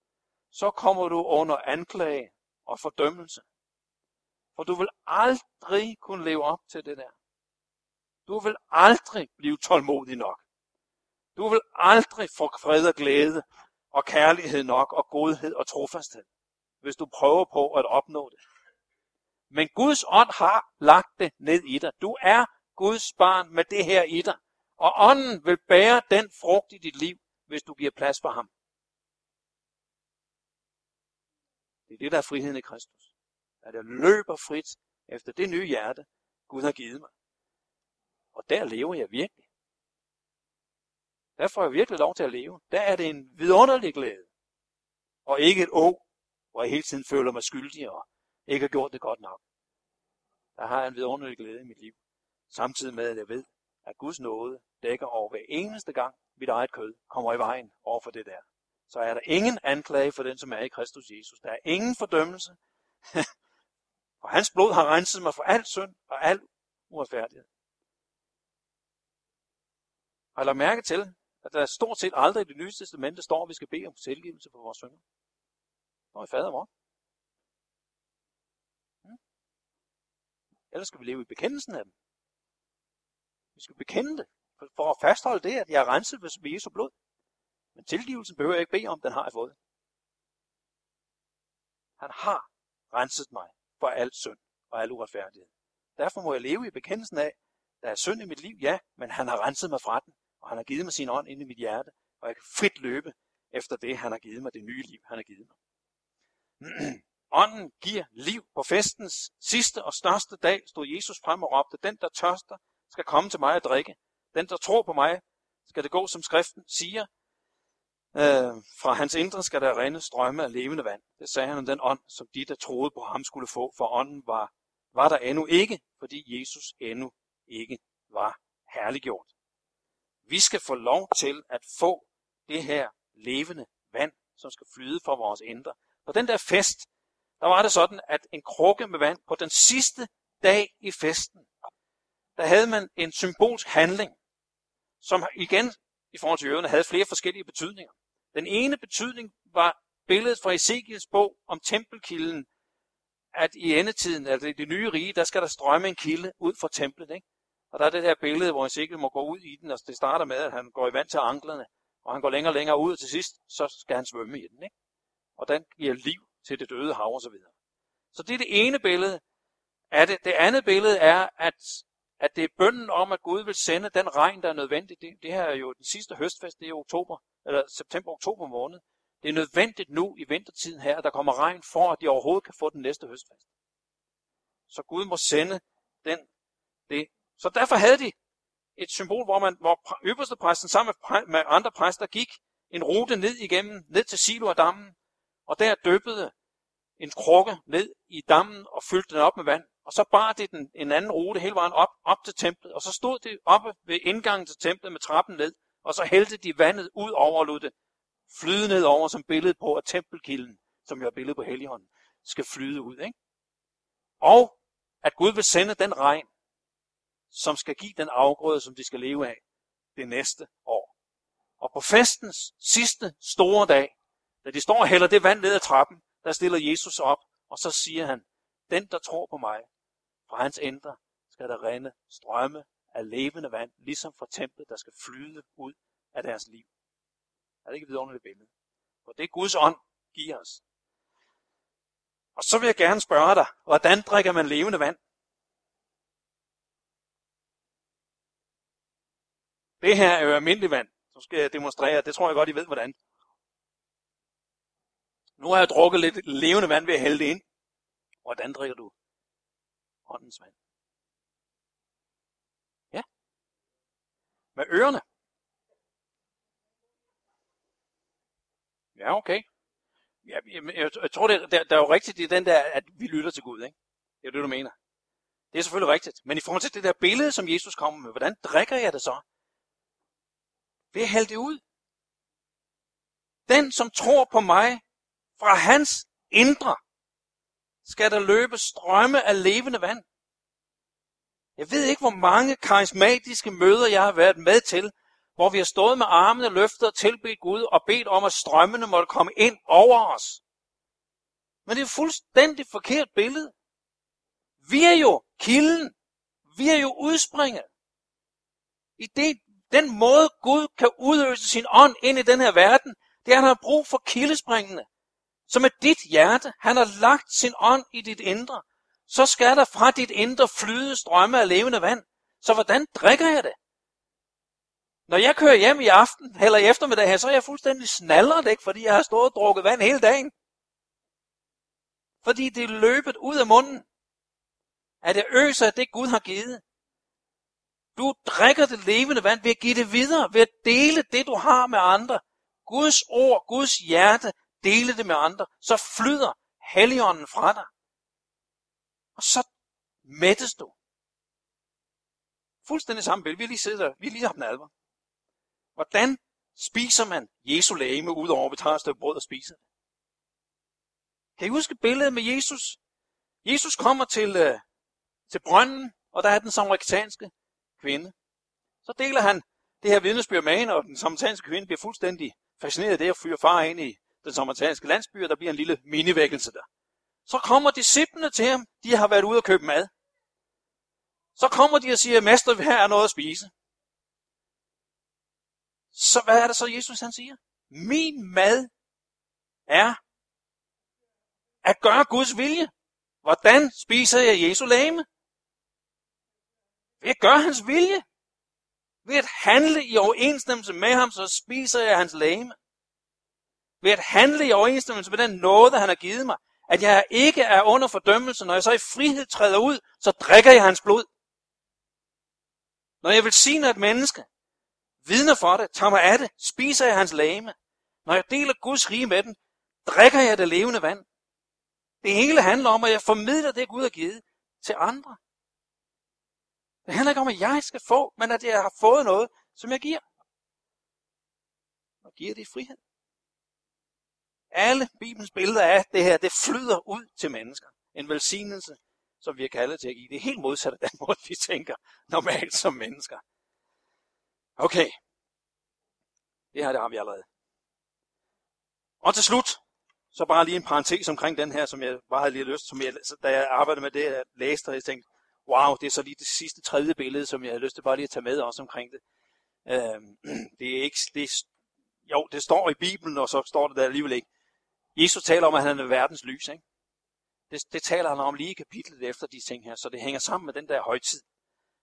Så kommer du under anklage og fordømmelse. For du vil aldrig kunne leve op til det der. Du vil aldrig blive tålmodig nok. Du vil aldrig få fred og glæde og kærlighed nok og godhed og trofasthed, hvis du prøver på at opnå det. Men Guds ånd har lagt det ned i dig. Du er Guds barn med det her i dig. Og ånden vil bære den frugt i dit liv, hvis du giver plads for ham. Det er det, der er friheden i Kristus. At jeg løber frit efter det nye hjerte, Gud har givet mig. Og der lever jeg virkelig. Der får jeg virkelig lov til at leve. Der er det en vidunderlig glæde. Og ikke et å, hvor jeg hele tiden føler mig skyldig og ikke har gjort det godt nok. Der har jeg en vidunderlig glæde i mit liv. Samtidig med, at jeg ved, at Guds nåde dækker over hver eneste gang, mit eget kød kommer i vejen over for det der. Så er der ingen anklage for den, som er i Kristus Jesus. Der er ingen fordømmelse. For hans blod har renset mig for al synd og al uretfærdighed. Har I lagt mærke til, at der stort set aldrig i Det Nye Testamente står, at vi skal bede om tilgivelse for vores synder? Det står i fader vor. Hmm? Ellers skal vi leve i bekendelsen af dem. Vi skal bekende det, for at fastholde det, at jeg er renset ved Jesu blod. Men tilgivelsen behøver jeg ikke bede om, den har jeg fået. Han har renset mig for al synd og al uretfærdighed. Derfor må jeg leve i bekendelsen af, der er synd i mit liv, ja, men han har renset mig fra den, og han har givet mig sin ånd ind i mit hjerte, og jeg kan frit løbe efter det, han har givet mig, det nye liv, han har givet mig. Ånden giver liv. På festens sidste og største dag stod Jesus frem og råbte, den der tørster skal komme til mig at drikke. Den der tror på mig skal det gå, som skriften siger. Øh, fra hans indre skal der rinde strømme af levende vand. Det sagde han om den ånd, som de der troede på ham skulle få, for ånden var, var der endnu ikke, fordi Jesus endnu ikke var herliggjort. Vi skal få lov til at få det her levende vand, som skal flyde fra vores indre. På den der fest, der var det sådan, at en krukke med vand på den sidste dag i festen, der havde man en symbolsk handling, som igen i forhold til jøderne havde flere forskellige betydninger. Den ene betydning var billedet fra Ezekiels bog om tempelkilden, at i endetiden, altså i det nye rige, der skal der strømme en kilde ud fra templet, ikke? Og der er det her billede, hvor Ezekiel må gå ud i den, og det starter med, at han går i vand til anklerne, og han går længere og længere ud, og til sidst, så skal han svømme i den, ikke? Og den giver liv til det døde hav og så videre. Så det er det ene billede af det. Det andet billede er, at, at det er bønnen om, at Gud vil sende den regn, der er nødvendig. Det, det her er jo den sidste høstfest, det er oktober, eller september-oktober måned. Det er nødvendigt nu i vintertiden her, at der kommer regn for, at de overhovedet kan få den næste høstfest. Så Gud må sende den, det. Så derfor havde de et symbol, hvor, man, hvor øverste præsten sammen med andre præster gik en rute ned igennem, ned til Siloa-dammen, og der dyppede en krukke ned i dammen og fyldte den op med vand. Og så bar det den en anden rute hele vejen op, op til templet, og så stod det oppe ved indgangen til templet med trappen ned, og så hældte de vandet ud over og lod det flyde ned over som billede på, at tempelkilden, som jo er billede på Helligånden, skal flyde ud. Ikke? Og at Gud vil sende den regn, som skal give den afgrøde, som de skal leve af det næste år. Og på festens sidste store dag, da de står og hælder det vand ned ad trappen, der stiller Jesus op, og så siger han, den der tror på mig, fra hans indre skal der rinde strømme af levende vand, ligesom fra templet, der skal flyde ud af deres liv. Er det ikke et vidunderligt billede? For det er Guds ånd giver os. Og så vil jeg gerne spørge dig, hvordan drikker man levende vand? Det her er jo almindelig vand. Så skal jeg demonstrere, det tror jeg godt, I ved hvordan. Nu har jeg drukket lidt levende vand ved at hælde det ind. Hvordan drikker du åndens vand? Ja. Med ørerne. Ja, okay. Jeg, jeg, jeg, jeg tror, det, der, der er jo rigtigt i den der, at vi lytter til Gud, ikke? Det er det, du mener. Det er selvfølgelig rigtigt. Men i forhold til det der billede, som Jesus kommer med, hvordan drikker jeg det så? Ved at hælde det ud. Den, som tror på mig, fra hans indre, skal der løbe strømme af levende vand. Jeg ved ikke, hvor mange karismatiske møder, jeg har været med til, hvor vi har stået med armene løftet og tilbedt Gud og bedt om, at strømmene måtte komme ind over os. Men det er et fuldstændig forkert billede. Vi er jo kilden. Vi er jo udspringet. I det, den måde, Gud kan udøse sin ånd ind i den her verden, det er, at han har brug for kildespringene. Så med dit hjerte, han har lagt sin ånd i dit indre, så skal der fra dit indre flyde strømme af levende vand. Så hvordan drikker jeg det? Når jeg kører hjem i aften eller i eftermiddag her, så er jeg fuldstændig snallert, ikke? Fordi jeg har stået og drukket vand hele dagen. Fordi det er løbet ud af munden. At det øser af det, Gud har givet. Du drikker det levende vand ved at give det videre, ved at dele det, du har med andre. Guds ord, Guds hjerte, dele det med andre. Så flyder Helligånden fra dig. Og så mættes du. Fuldstændig samme billede. Vi har lige siddet der. Vi har lige haft en alvor. Hvordan spiser man Jesu legeme, udover at vi tager et stykke brød og spiser det? Kan I huske billedet med Jesus? Jesus kommer til, øh, til brønden, og der er den samaritanske kvinde. Så deler han det her vidnesbyrd med hende, og den samaritanske kvinde bliver fuldstændig fascineret af det, at fyre far ind i den samaritanske landsby, og der bliver en lille minivækkelse der. Så kommer disciplene til ham, de har været ude og købe mad. Så kommer de og siger, mester, her er noget at spise. Så hvad er det så, Jesus han siger? Min mad er at gøre Guds vilje. Hvordan spiser jeg Jesu legeme? Ved at gøre hans vilje. Ved at handle i overensstemmelse med ham, så spiser jeg hans legeme. Ved at handle i overensstemmelse med den nåde, han har givet mig. At jeg ikke er under fordømmelse, når jeg så i frihed træder ud, så drikker jeg hans blod. Når jeg velsigner et menneske, vidner for det, tager mig af det, spiser jeg hans legeme. Når jeg deler Guds rige med dem, drikker jeg det levende vand. Det hele handler om, at jeg formidler det, Gud har givet til andre. Det handler ikke om, at jeg skal få, men at jeg har fået noget, som jeg giver. Og giver det i frihed. Alle Bibelens billeder af det her, det flyder ud til mennesker. En velsignelse, som vi er kaldet til at give. Det er helt modsat af den måde, vi tænker normalt som mennesker. Okay. Det her, det har vi allerede. Og til slut, så bare lige en parentes omkring den her, som jeg bare havde lige lyst, som jeg, da jeg arbejdede med det, jeg læste, og jeg tænkte, wow, det er så lige det sidste tredje billede, som jeg havde lyst til bare lige at tage med også omkring det. Øhm, det er ikke, det er, jo, det står i Bibelen, og så står det der alligevel ikke. Jesus taler om, at han er verdens lys, ikke? Det, det taler han om lige i kapitlet efter de ting her, så det hænger sammen med den der højtid.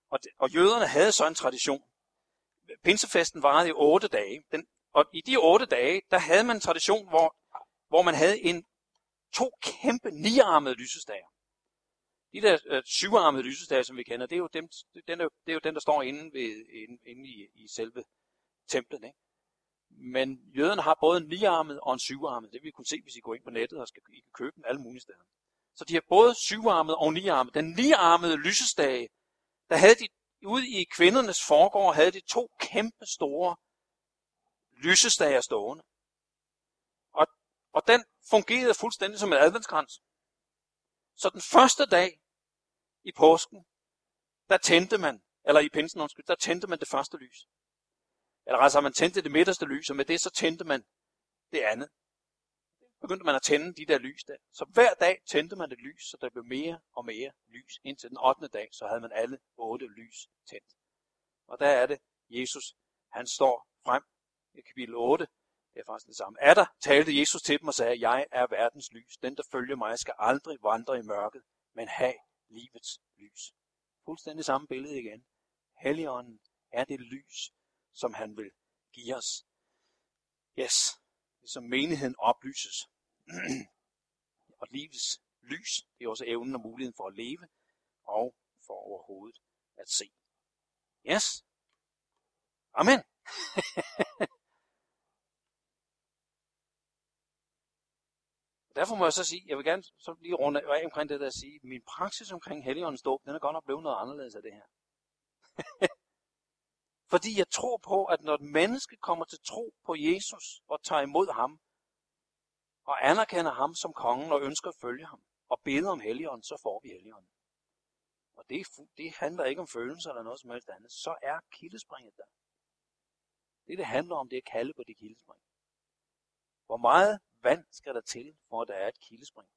Og, det, og jøderne havde så en tradition. Pinsefesten varede i otte dage. Den, og i de otte dage, der havde man en tradition, hvor, hvor man havde en to kæmpe niarmede lysestager. De der øh, syvarmede lysestager, som vi kender, det er jo dem, den, er, det er jo den, der står inde, ved, inde, inde i, i selve templet. Ikke? Men jøderne har både en niarmet og en syvarmet. Det vil I kunne se, hvis I går ind på nettet og skal I kan købe dem alle mulige steder. Så de har både syvarmet og niarmet. Den niarmede lysestage, der havde de ude i kvindernes forgård, havde de to kæmpe store lysestager stående. Og, og den fungerede fuldstændig som en adventskrans. Så den første dag i påsken, der tændte man, eller i pinsen, undskyld, der tændte man det første lys. Eller altså, man tændte det midterste lys, og med det så tændte man det andet. Begyndte man at tænde de der lys der. Så hver dag tændte man et lys, så der blev mere og mere lys. Indtil den ottende dag, så havde man alle otte lys tændt. Og der er det, Jesus, han står frem i kapitel otte. Det er faktisk det samme. Er der talte Jesus til dem og sagde, jeg er verdens lys. Den, der følger mig, skal aldrig vandre i mørket, men have livets lys. Fuldstændig samme billede igen. Helligånden er det lys, som han vil give os. Yes, som menigheden oplyses. Og livets lys, det er også evnen og muligheden for at leve, og for overhovedet at se. Yes. Amen. Derfor må jeg så sige, jeg vil gerne så lige runde af omkring det der at sige, min praksis omkring Helligåndens dåb, den er godt nok blevet noget anderledes af det her. Fordi jeg tror på, at når et menneske kommer til tro på Jesus og tager imod ham, og anerkender ham som kongen og ønsker at følge ham, og beder om Helligånden, så får vi Helligånden. Og det, det handler ikke om følelser eller noget som helst andet. Så er kildespringet der. Det, det handler om, det er at kalde på det kildespring. Hvor meget vand skal der til, for at der er et kildespring?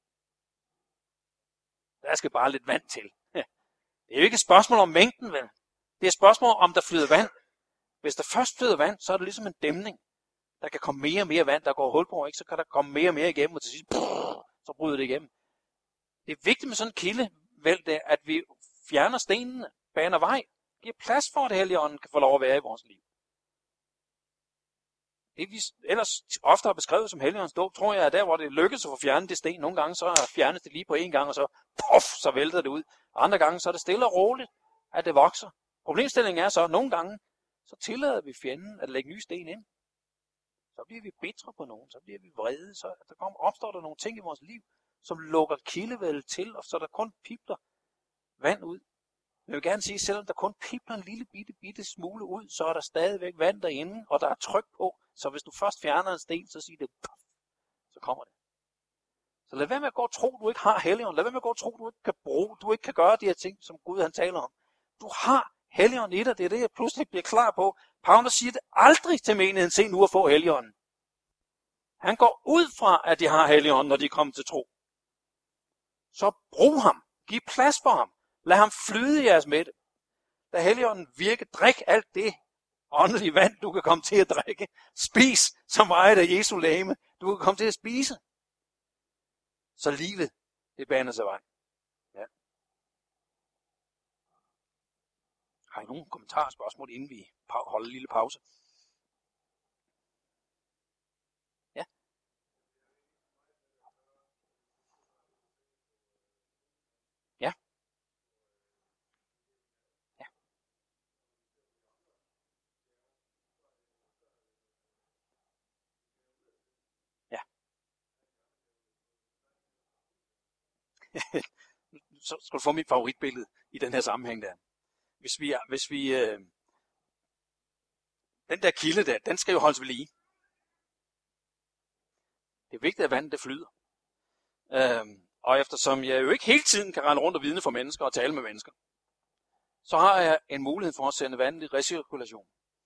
Der skal bare lidt vand til. Det er jo ikke et spørgsmål om mængden, vel? Det er et spørgsmål om, der flyder vand. Hvis der først flyder vand, så er det ligesom en dæmning. Der kan komme mere og mere vand, der går hul på, ikke? Så kan der komme mere og mere igennem, og til sidst, brrr, så bryder det igennem. Det er vigtigt med sådan en kilde, vel, det, at vi fjerner stenene, baner vej, giver plads for, at Helligånden kan få lov at være i vores liv. Det vi ellers ofte har beskrevet som Helligåndens dåb, tror jeg, at der, hvor det lykkes at få fjernet det sten, nogle gange så fjernes det lige på en gang, og så puff, så vælter det ud. Andre gange så er det stille og roligt, at det vokser. Problemstillingen er så, at nogle gange, så tillader vi fjenden at lægge nye sten ind. Så bliver vi bitre på nogen, så bliver vi vrede, så der kommer, opstår der nogle ting i vores liv, som lukker kildevældet til, og så der kun pipler vand ud. Men jeg vil gerne sige, selvom der kun pipler en lille bitte, bitte smule ud, så er der stadigvæk vand derinde, og der er tryk på. Så hvis du først fjerner en sten, så siger det, puff, så kommer det. Så lad være med at gå og tro, du ikke har Helligånden. Lad være med at gå og tro, du ikke kan bruge, du ikke kan gøre de her ting, som Gud han taler om. Du har Helligånden i dig, det er det, jeg pludselig bliver klar på. Paulus siger det aldrig til menigheden, se nu at få Helligånden. Han går ud fra, at de har Helligånden, når de kommer til tro. Så brug ham. Giv plads for ham. Lad ham flyde i jeres mætte. Lad Helligånden virke. Drik alt det åndelige vand, du kan komme til at drikke. Spis så meget af Jesu legeme, du kan komme til at spise. Så livet, det baner sig vej. Ja. Har I nogen kommentarer og spørgsmål, inden vi holder en lille pause? Ja. Ja. Ja. Ja. Så skal du få mit favoritbillede i den her sammenhæng der. Hvis vi, hvis vi øh, den der kilde der, den skal jo holdes ved lige. Det er vigtigt, at vandet det flyder. Øhm, og eftersom jeg jo ikke hele tiden kan rende rundt og vidne for mennesker og tale med mennesker, så har jeg en mulighed for at sende vandet i recirkulation.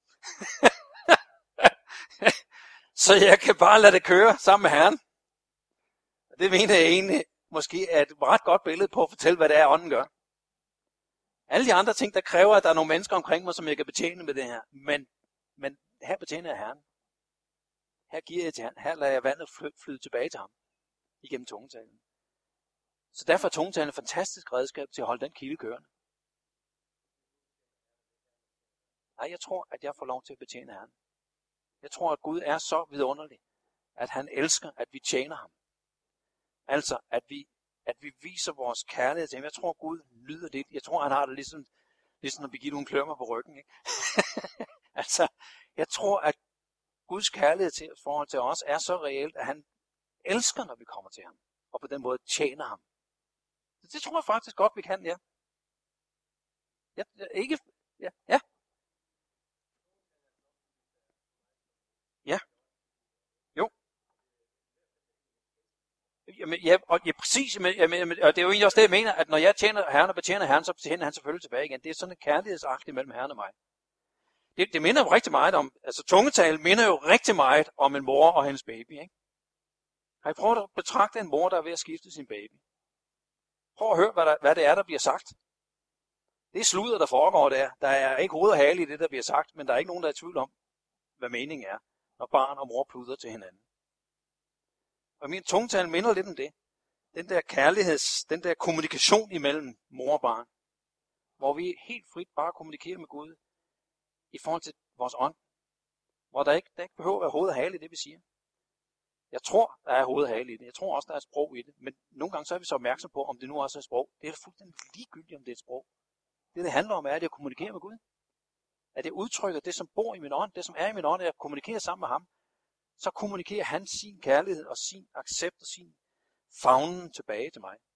Så jeg kan bare lade det køre sammen med Herren. Det mener jeg egentlig måske er et ret godt billede på at fortælle, hvad det er, ånden gør. Alle de andre ting, der kræver, at der er nogle mennesker omkring mig, som jeg kan betjene med det her. Men, men her betjener jeg Herren. Her giver jeg til Herren. Her lader jeg vandet flyde tilbage til ham. Igennem tungetalen. Så derfor er tungetalen et fantastisk redskab til at holde den kilde kørende. Nej, jeg tror, at jeg får lov til at betjene Herren. Jeg tror, at Gud er så vidunderlig, at han elsker, at vi tjener ham. Altså, at vi, at vi viser vores kærlighed til ham. Jeg tror, Gud nyder det. Jeg tror, han har det ligesom, ligesom at vi giver nogle klømmer på ryggen. Ikke? Altså, jeg tror, at Guds kærlighed til os, forhold til os er så reelt, at han elsker, når vi kommer til ham. Og på den måde tjener ham. Så det tror jeg faktisk godt, vi kan, ja. Jeg, jeg, ikke, ja, ja. Ja. Jo. Jamen, ja, og ja, præcis. Men, jamen, og det er jo egentlig også det, jeg mener, at når jeg tjener Herren og betjener Herren, så betjener han selvfølgelig tilbage igen. Det er sådan en kærlighedsakt mellem Herren og mig. Det, det minder jo rigtig meget om, altså tungetale minder jo rigtig meget om en mor og hendes baby, ikke? Har I prøvet at betragte en mor, der er ved at skifte sin baby? Prøv at høre, hvad, der, hvad det er, der bliver sagt. Det er sludder, der foregår der. Der er ikke hoved og hale i det, der bliver sagt, men der er ikke nogen, der er i tvivl om, hvad meningen er, når barn og mor pluder til hinanden. Og min tungetale minder lidt om det. Den der kærligheds, den der kommunikation imellem mor og barn, hvor vi helt frit bare kommunikerer med Gud i forhold til vores ånd, hvor der ikke, der ikke behøver at være hoved og hale i det, vi siger. Jeg tror, der er hoved og hale i det. Jeg tror også, der er sprog i det. Men nogle gange så er vi så opmærksom på, om det nu også er sprog. Det er fuldstændig ligegyldigt, om det er et sprog. Det, det handler om, er, at jeg kommunikerer med Gud. At jeg udtrykker det, som bor i min ånd, det, som er i min ånd, at jeg kommunikerer sammen med ham. Så kommunikerer han sin kærlighed og sin accept og sin favnen tilbage til mig.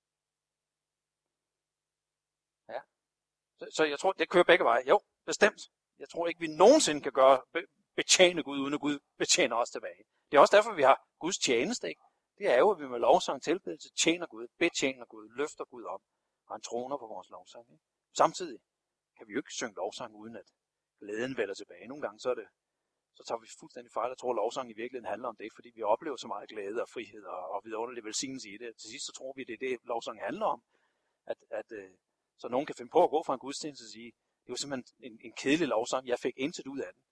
Ja. Så, så jeg tror, det kører begge veje. Jo, bestemt. Jeg tror ikke, vi nogensinde kan gøre betjene Gud, uden at Gud betjener os tilbage. Det er også derfor, vi har Guds tjeneste, ikke? Det er jo, at vi med lovsang tilbedelse tjener Gud, betjener Gud, løfter Gud op, og han troner på vores lovsang. Ikke? Samtidig kan vi jo ikke synge lovsang, uden at glæden vælder tilbage. Nogle gange så, er det, så tager vi fuldstændig fejl og tror, at lovsang i virkeligheden handler om det, fordi vi oplever så meget glæde og frihed og, og vidunderlig velsignelse i det. Til sidst så tror vi, det er det, lovsang handler om. At, at, så nogen kan finde på at gå fra en gudstjeneste og sige, det var simpelthen en, en kedelig lovsang, jeg fik intet ud af den.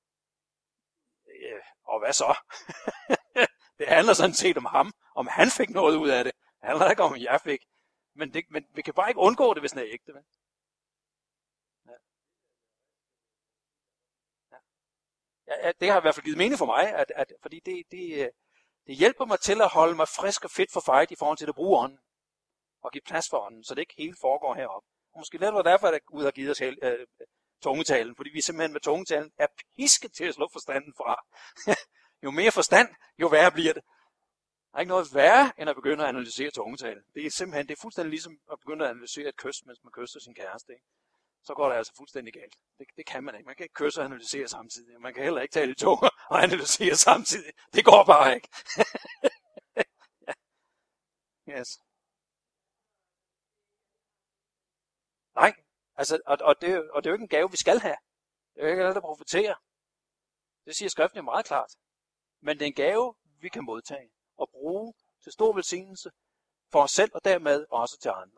Og hvad så? Det handler sådan set om ham, om han fik noget ud af det. Det handler ikke om, jeg fik. Men, det, men vi kan bare ikke undgå det, hvis det er ægte. Vel? Ja. Ja, det har i hvert fald givet mening for mig, at, at, fordi det, det, det hjælper mig til at holde mig frisk og fedt for fight i forhold til at bruge ånden. Og give plads for ånden, så det ikke helt foregår heroppe. Og måske lidt var derfor, at Gud har givet os hel, øh, tungetalen, fordi vi simpelthen med tungetalen er pisket til at slå forstanden fra. Jo mere forstand, jo værre bliver det. Der er ikke noget værre, end at begynde at analysere tungetalen. Det er simpelthen, det er fuldstændig ligesom at begynde at analysere et kys, mens man kysser sin kæreste. Ikke? Så går det altså fuldstændig galt. Det, det kan man ikke. Man kan ikke kysse og analysere samtidig. Man kan heller ikke tale i tunger og analysere samtidig. Det går bare ikke. Yes. Nej, altså, og, og, det, og det er jo ikke en gave, vi skal have. Det er jo ikke noget, der profeterer. Det siger skriften jo meget klart. Men det er en gave, vi kan modtage og bruge til stor velsignelse for os selv og dermed også til andre.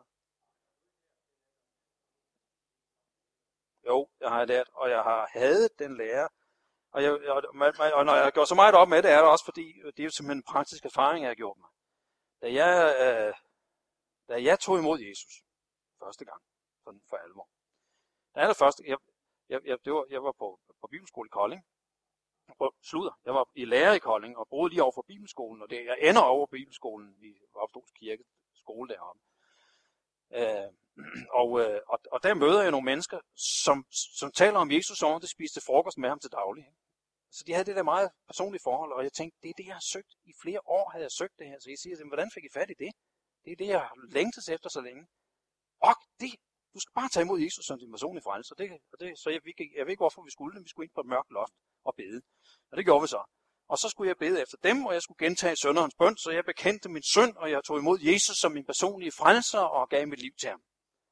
Jo, jeg har lært, og jeg har hadet den lærer. Og, jeg, og, og når jeg går så meget op med det, er det også fordi, det er jo simpelthen en praktisk erfaring, jeg har gjort mig. Da jeg, øh, da jeg tog imod Jesus første gang, sådan for alvor. Da jeg første, jeg, jeg, jeg, det var, jeg var på, på bibelskole i Kolding. På, slutter. Jeg var i lærer i Kolding og boede lige over for bibelskolen, og det, jeg ender over bibelskolen i Apostolsk Kirke skole deroppe. Øh, og, øh, og, og der møder jeg nogle mennesker, som, som taler om Jesus, som om de spiste frokost med ham til daglig. Ikke? Så de havde det der meget personlige forhold, og jeg tænkte, det er det, jeg har søgt. I flere år havde jeg søgt det her, så jeg siger til dem, hvordan fik I fat i det? Det er det, jeg har længtes efter så længe. Og det, du skal bare tage imod Jesus som din personlige frelser. Det, og det, så jeg, jeg, jeg ved ikke, hvorfor vi skulle det. Vi skulle ind på et mørkt loft og bede. Og det gjorde vi så. Og så skulle jeg bede efter dem, og jeg skulle gentage sønderens bøn, så jeg bekendte min synd, og jeg tog imod Jesus som min personlige frelser og gav mit liv til ham.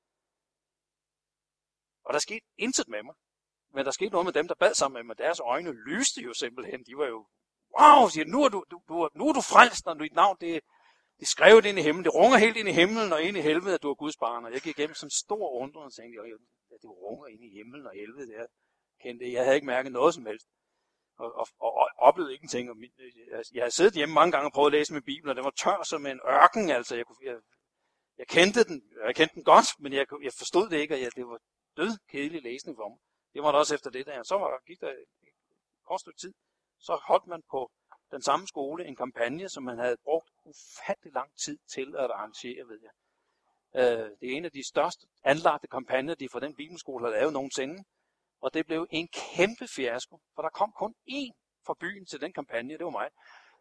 Og der skete intet med mig. Men der skete noget med dem, der bad sammen med mig. Deres øjne lyste jo simpelthen. De var jo, wow, siger, nu er du, du, du, nu er du frelst, når dit navn, det, det skrevet ind i himlen. Det runger helt ind i himlen og ind i helvede, at du er Guds barn. Og jeg gik igennem sådan en stor undring og tænkte, at det runger ind i himlen og helvede. Det kendte. Jeg havde ikke mærket noget som helst. Og, og, og, og oplevede ingenting. Og jeg, jeg havde siddet hjemme mange gange og prøvet at læse min bibel, og den var tør som en ørken. Altså, jeg, jeg, jeg kendte den, jeg kendte den godt, men jeg, jeg forstod det ikke, og jeg, det var død kedelig læsning for mig. Det var der også efter det der. Så var, gik der et kort stykke tid. Så holdt man på den samme skole en kampagne, som man havde brugt ufattelig lang tid til at arrangere, ved jeg. Det er en af de største anlagte kampagner, de fra den bibelskole har lavet nogensinde. Og det blev en kæmpe fiasko, for der kom kun én fra byen til den kampagne, det var mig.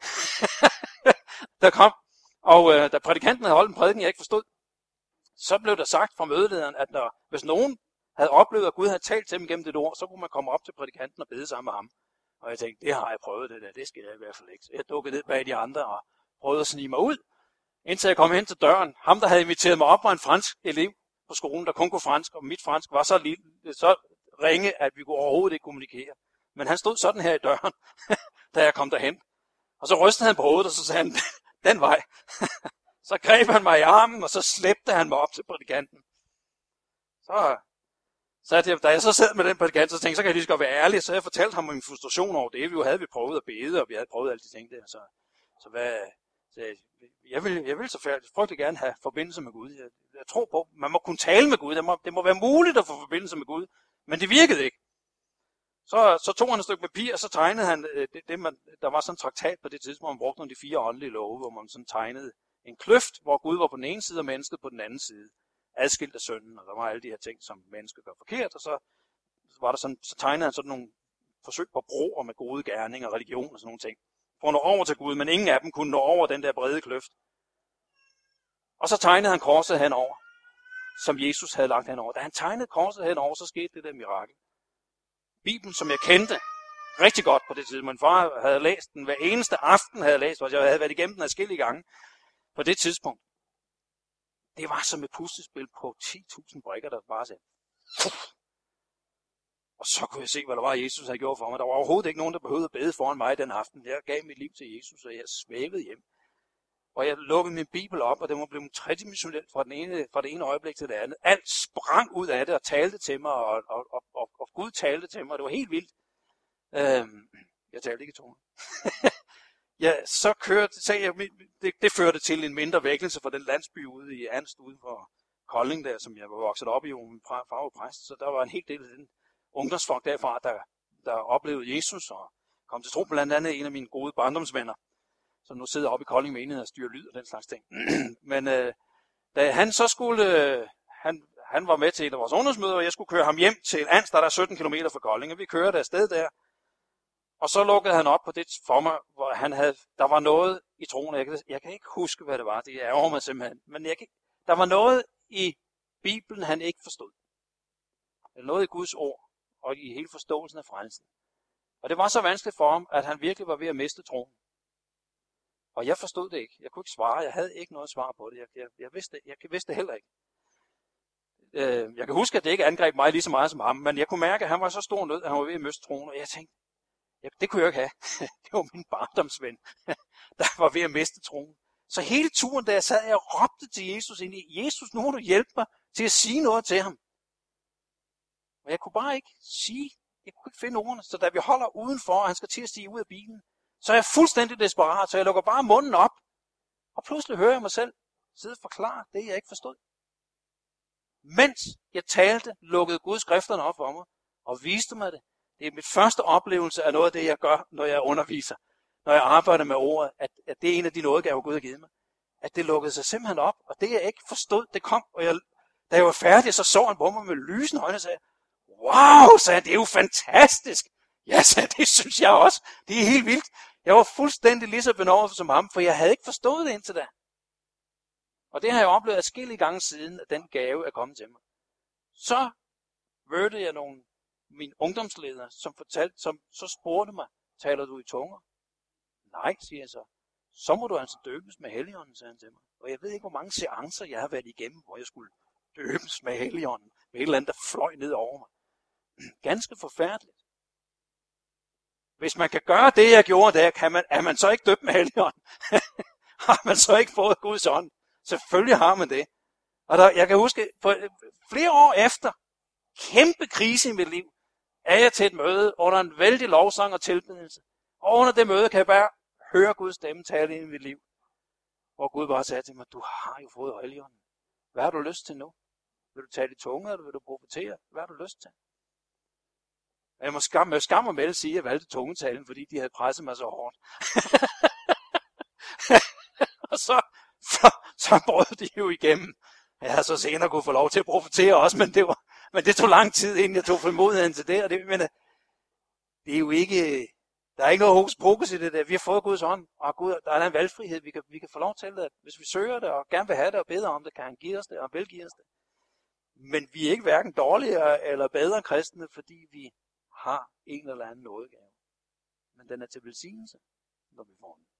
der kom, og øh, da prædikanten havde holdt en prædiken, jeg ikke forstod, så blev der sagt fra mødelederen, at når, hvis nogen havde oplevet, at Gud havde talt til dem gennem det ord, så kunne man komme op til prædikanten og bede sammen med ham. Og jeg tænkte, det har jeg prøvet det der, det skal jeg i hvert fald ikke. Så jeg dukkede ned bag de andre og prøvede at snige mig ud, indtil jeg kom hen til døren. Ham, der havde inviteret mig op, var en fransk elev på skolen, der kun kunne fransk, og mit fransk var så lille, så ringe, at vi kunne overhovedet ikke kommunikere. Men han stod sådan her i døren, da jeg kom derhen. Og så rystede han på hovedet, og så sagde han, den vej. Så greb han mig i armen, og så slæbte han mig op til prædikanten. Så, så jeg, da jeg så sad med den prædikant, så tænkte jeg, så kan jeg lige så godt være ærlig. Så jeg fortalte ham min frustration over det. Vi jo havde vi prøvet at bede, og vi havde prøvet alle de ting der. Så, så hvad... Så jeg, jeg, vil, jeg vil så frygtelig gerne have forbindelse med Gud. Jeg, jeg tror på, man må kunne tale med Gud. Det må, det må være muligt at få forbindelse med Gud. Men det virkede ikke. Så, så tog han et stykke papir, og så tegnede han, det, det man, der var sådan en traktat på det tidspunkt, hvor man brugte nogle af de fire åndelige love, hvor man sådan tegnede en kløft, hvor Gud var på den ene side, og mennesket på den anden side. Adskilt af synden, og der var alle de her ting, som mennesket gør forkert, og så, var der sådan, så tegnede han sådan nogle forsøg på broer med gode gerninger, religion og sådan nogle ting. For at nå over til Gud, men ingen af dem kunne nå over den der brede kløft. Og så tegnede han korset henover, som Jesus havde lagt henover. Da han tegnede korset henover, så skete det der mirakel. Bibelen, som jeg kendte rigtig godt på det tidspunkt. Min far havde læst den hver eneste aften, havde jeg læst, og jeg havde været igennem den adskillige gange på det tidspunkt. Det var som et puslespil på ti tusind brikker, der bare sagde. Og så kunne jeg se, hvad der var, Jesus havde gjort for mig. Der var overhovedet ikke nogen, der behøvede at bede foran mig den aften. Jeg gav mit liv til Jesus, og jeg svævede hjem. Og jeg lukkede min bibel op, og det var blevet tredimensionelt fra, den ene, fra det ene øjeblik til det andet. Alt sprang ud af det og talte til mig, og, og, og, og, og Gud talte til mig. Det var helt vildt. Øhm, jeg talte ikke i toner. ja, så kørte, så jeg, det, det førte til en mindre vækkelse for den landsby ude i Anst, ude for Kolding der, som jeg var vokset op i, jo min far var præst. Så der var en hel del af den ungdomsfolk derfra, der, der oplevede Jesus og kom til tro, blandt andet en af mine gode barndomsvenner, som nu sidder oppe i Kolding menighed og styrer lyd og den slags ting. Men øh, da han så skulle, øh, han, han var med til et af vores ungdomsmøder, og jeg skulle køre ham hjem til Ans, der er sytten kilometer fra Kolding, og vi kørte afsted der. Og så lukkede han op på det for mig, hvor han havde, der var noget i troen, jeg kan, jeg kan ikke huske, hvad det var, det ærger mig simpelthen, men jeg kan, der var noget i Bibelen, han ikke forstod. Eller noget i Guds ord, og i hele forståelsen af frelsen. Og det var så vanskeligt for ham, at han virkelig var ved at miste troen. Og jeg forstod det ikke. Jeg kunne ikke svare. Jeg havde ikke noget svar på det. Jeg, jeg, jeg, vidste, jeg vidste det heller ikke. Øh, jeg kan huske, at det ikke angreb mig lige så meget som ham, men jeg kunne mærke, at han var så stor nød, at han var ved at miste troen. Og jeg tænkte, ja, det kunne jeg ikke have. Det var min barndomsven, der var ved at miste troen. Så hele turen, da jeg sad, jeg råbte til Jesus ind i, Jesus, nu må du hjælpe mig til at sige noget til ham. Og jeg kunne bare ikke sige, jeg kunne ikke finde ordene. Så da vi holder udenfor, og han skal til at stige ud af bilen, så er jeg fuldstændig desperat, så jeg lukker bare munden op. Og pludselig hører jeg mig selv sidde og forklare det, jeg ikke forstod. Mens jeg talte, lukkede Gud skrifterne op for mig og viste mig det. Det er mit første oplevelse af noget af det, jeg gør, når jeg underviser. Når jeg arbejder med ordet, at, at det er en af de nådegaver, Gud har givet mig. At det lukkede sig simpelthen op, og det jeg ikke forstod, det kom. Og jeg, da jeg var færdig, så så han på mig med lysende øjne og sagde, wow, sagde han, det er jo fantastisk. Ja, sagde det synes jeg også. Det er helt vildt. Jeg var fuldstændig lige så benovet som ham, for jeg havde ikke forstået det indtil da. Og det har jeg oplevet adskillige gange siden, at den gave er kommet til mig. Så mødte jeg nogle mine ungdomsledere, som fortalte, som så spurgte mig, taler du i tunger? Nej, siger jeg så. Så må du altså døbes med Helligånden, sagde han til mig. Og jeg ved ikke, hvor mange seancer jeg har været igennem, hvor jeg skulle døbes med Helligånden, med et eller andet, der fløj ned over mig. Ganske forfærdeligt. Hvis man kan gøre det, jeg gjorde der, kan man, er man så ikke døbt med Helligånden? Har man så ikke fået Guds ånd? Selvfølgelig har man det. Og der, jeg kan huske, for flere år efter, kæmpe krise i mit liv, er jeg til et møde under en vældig lovsang og tilbedelse. Og under det møde kan jeg bare høre Guds stemme tale ind i mit liv. Hvor Gud bare sagde til mig, du har jo fået Helligånden. Hvad har du lyst til nu? Vil du tale i tunge, eller vil du profetere? Hvad har du lyst til? Jeg må skam, med skam og melde sige, at jeg valgte tungetalen, fordi de havde presset mig så hårdt. Og så, så, så brød de jo igennem. Jeg havde så senere kunne få lov til at profetere også, men det, var, men det tog lang tid, inden jeg tog frimodigheden til det. Og det, men, det er jo ikke, der er ikke noget hokus pokus i det der. Vi har fået Guds ånd, og Gud, der er en valgfrihed. Vi kan, vi kan få lov til det, hvis vi søger det, og gerne vil have det og beder om det, kan han give os det og vil give os det. Men vi er ikke hverken dårligere eller bedre kristne, fordi vi har en eller anden nådegave. Men den er til velsignelse, når vi får den.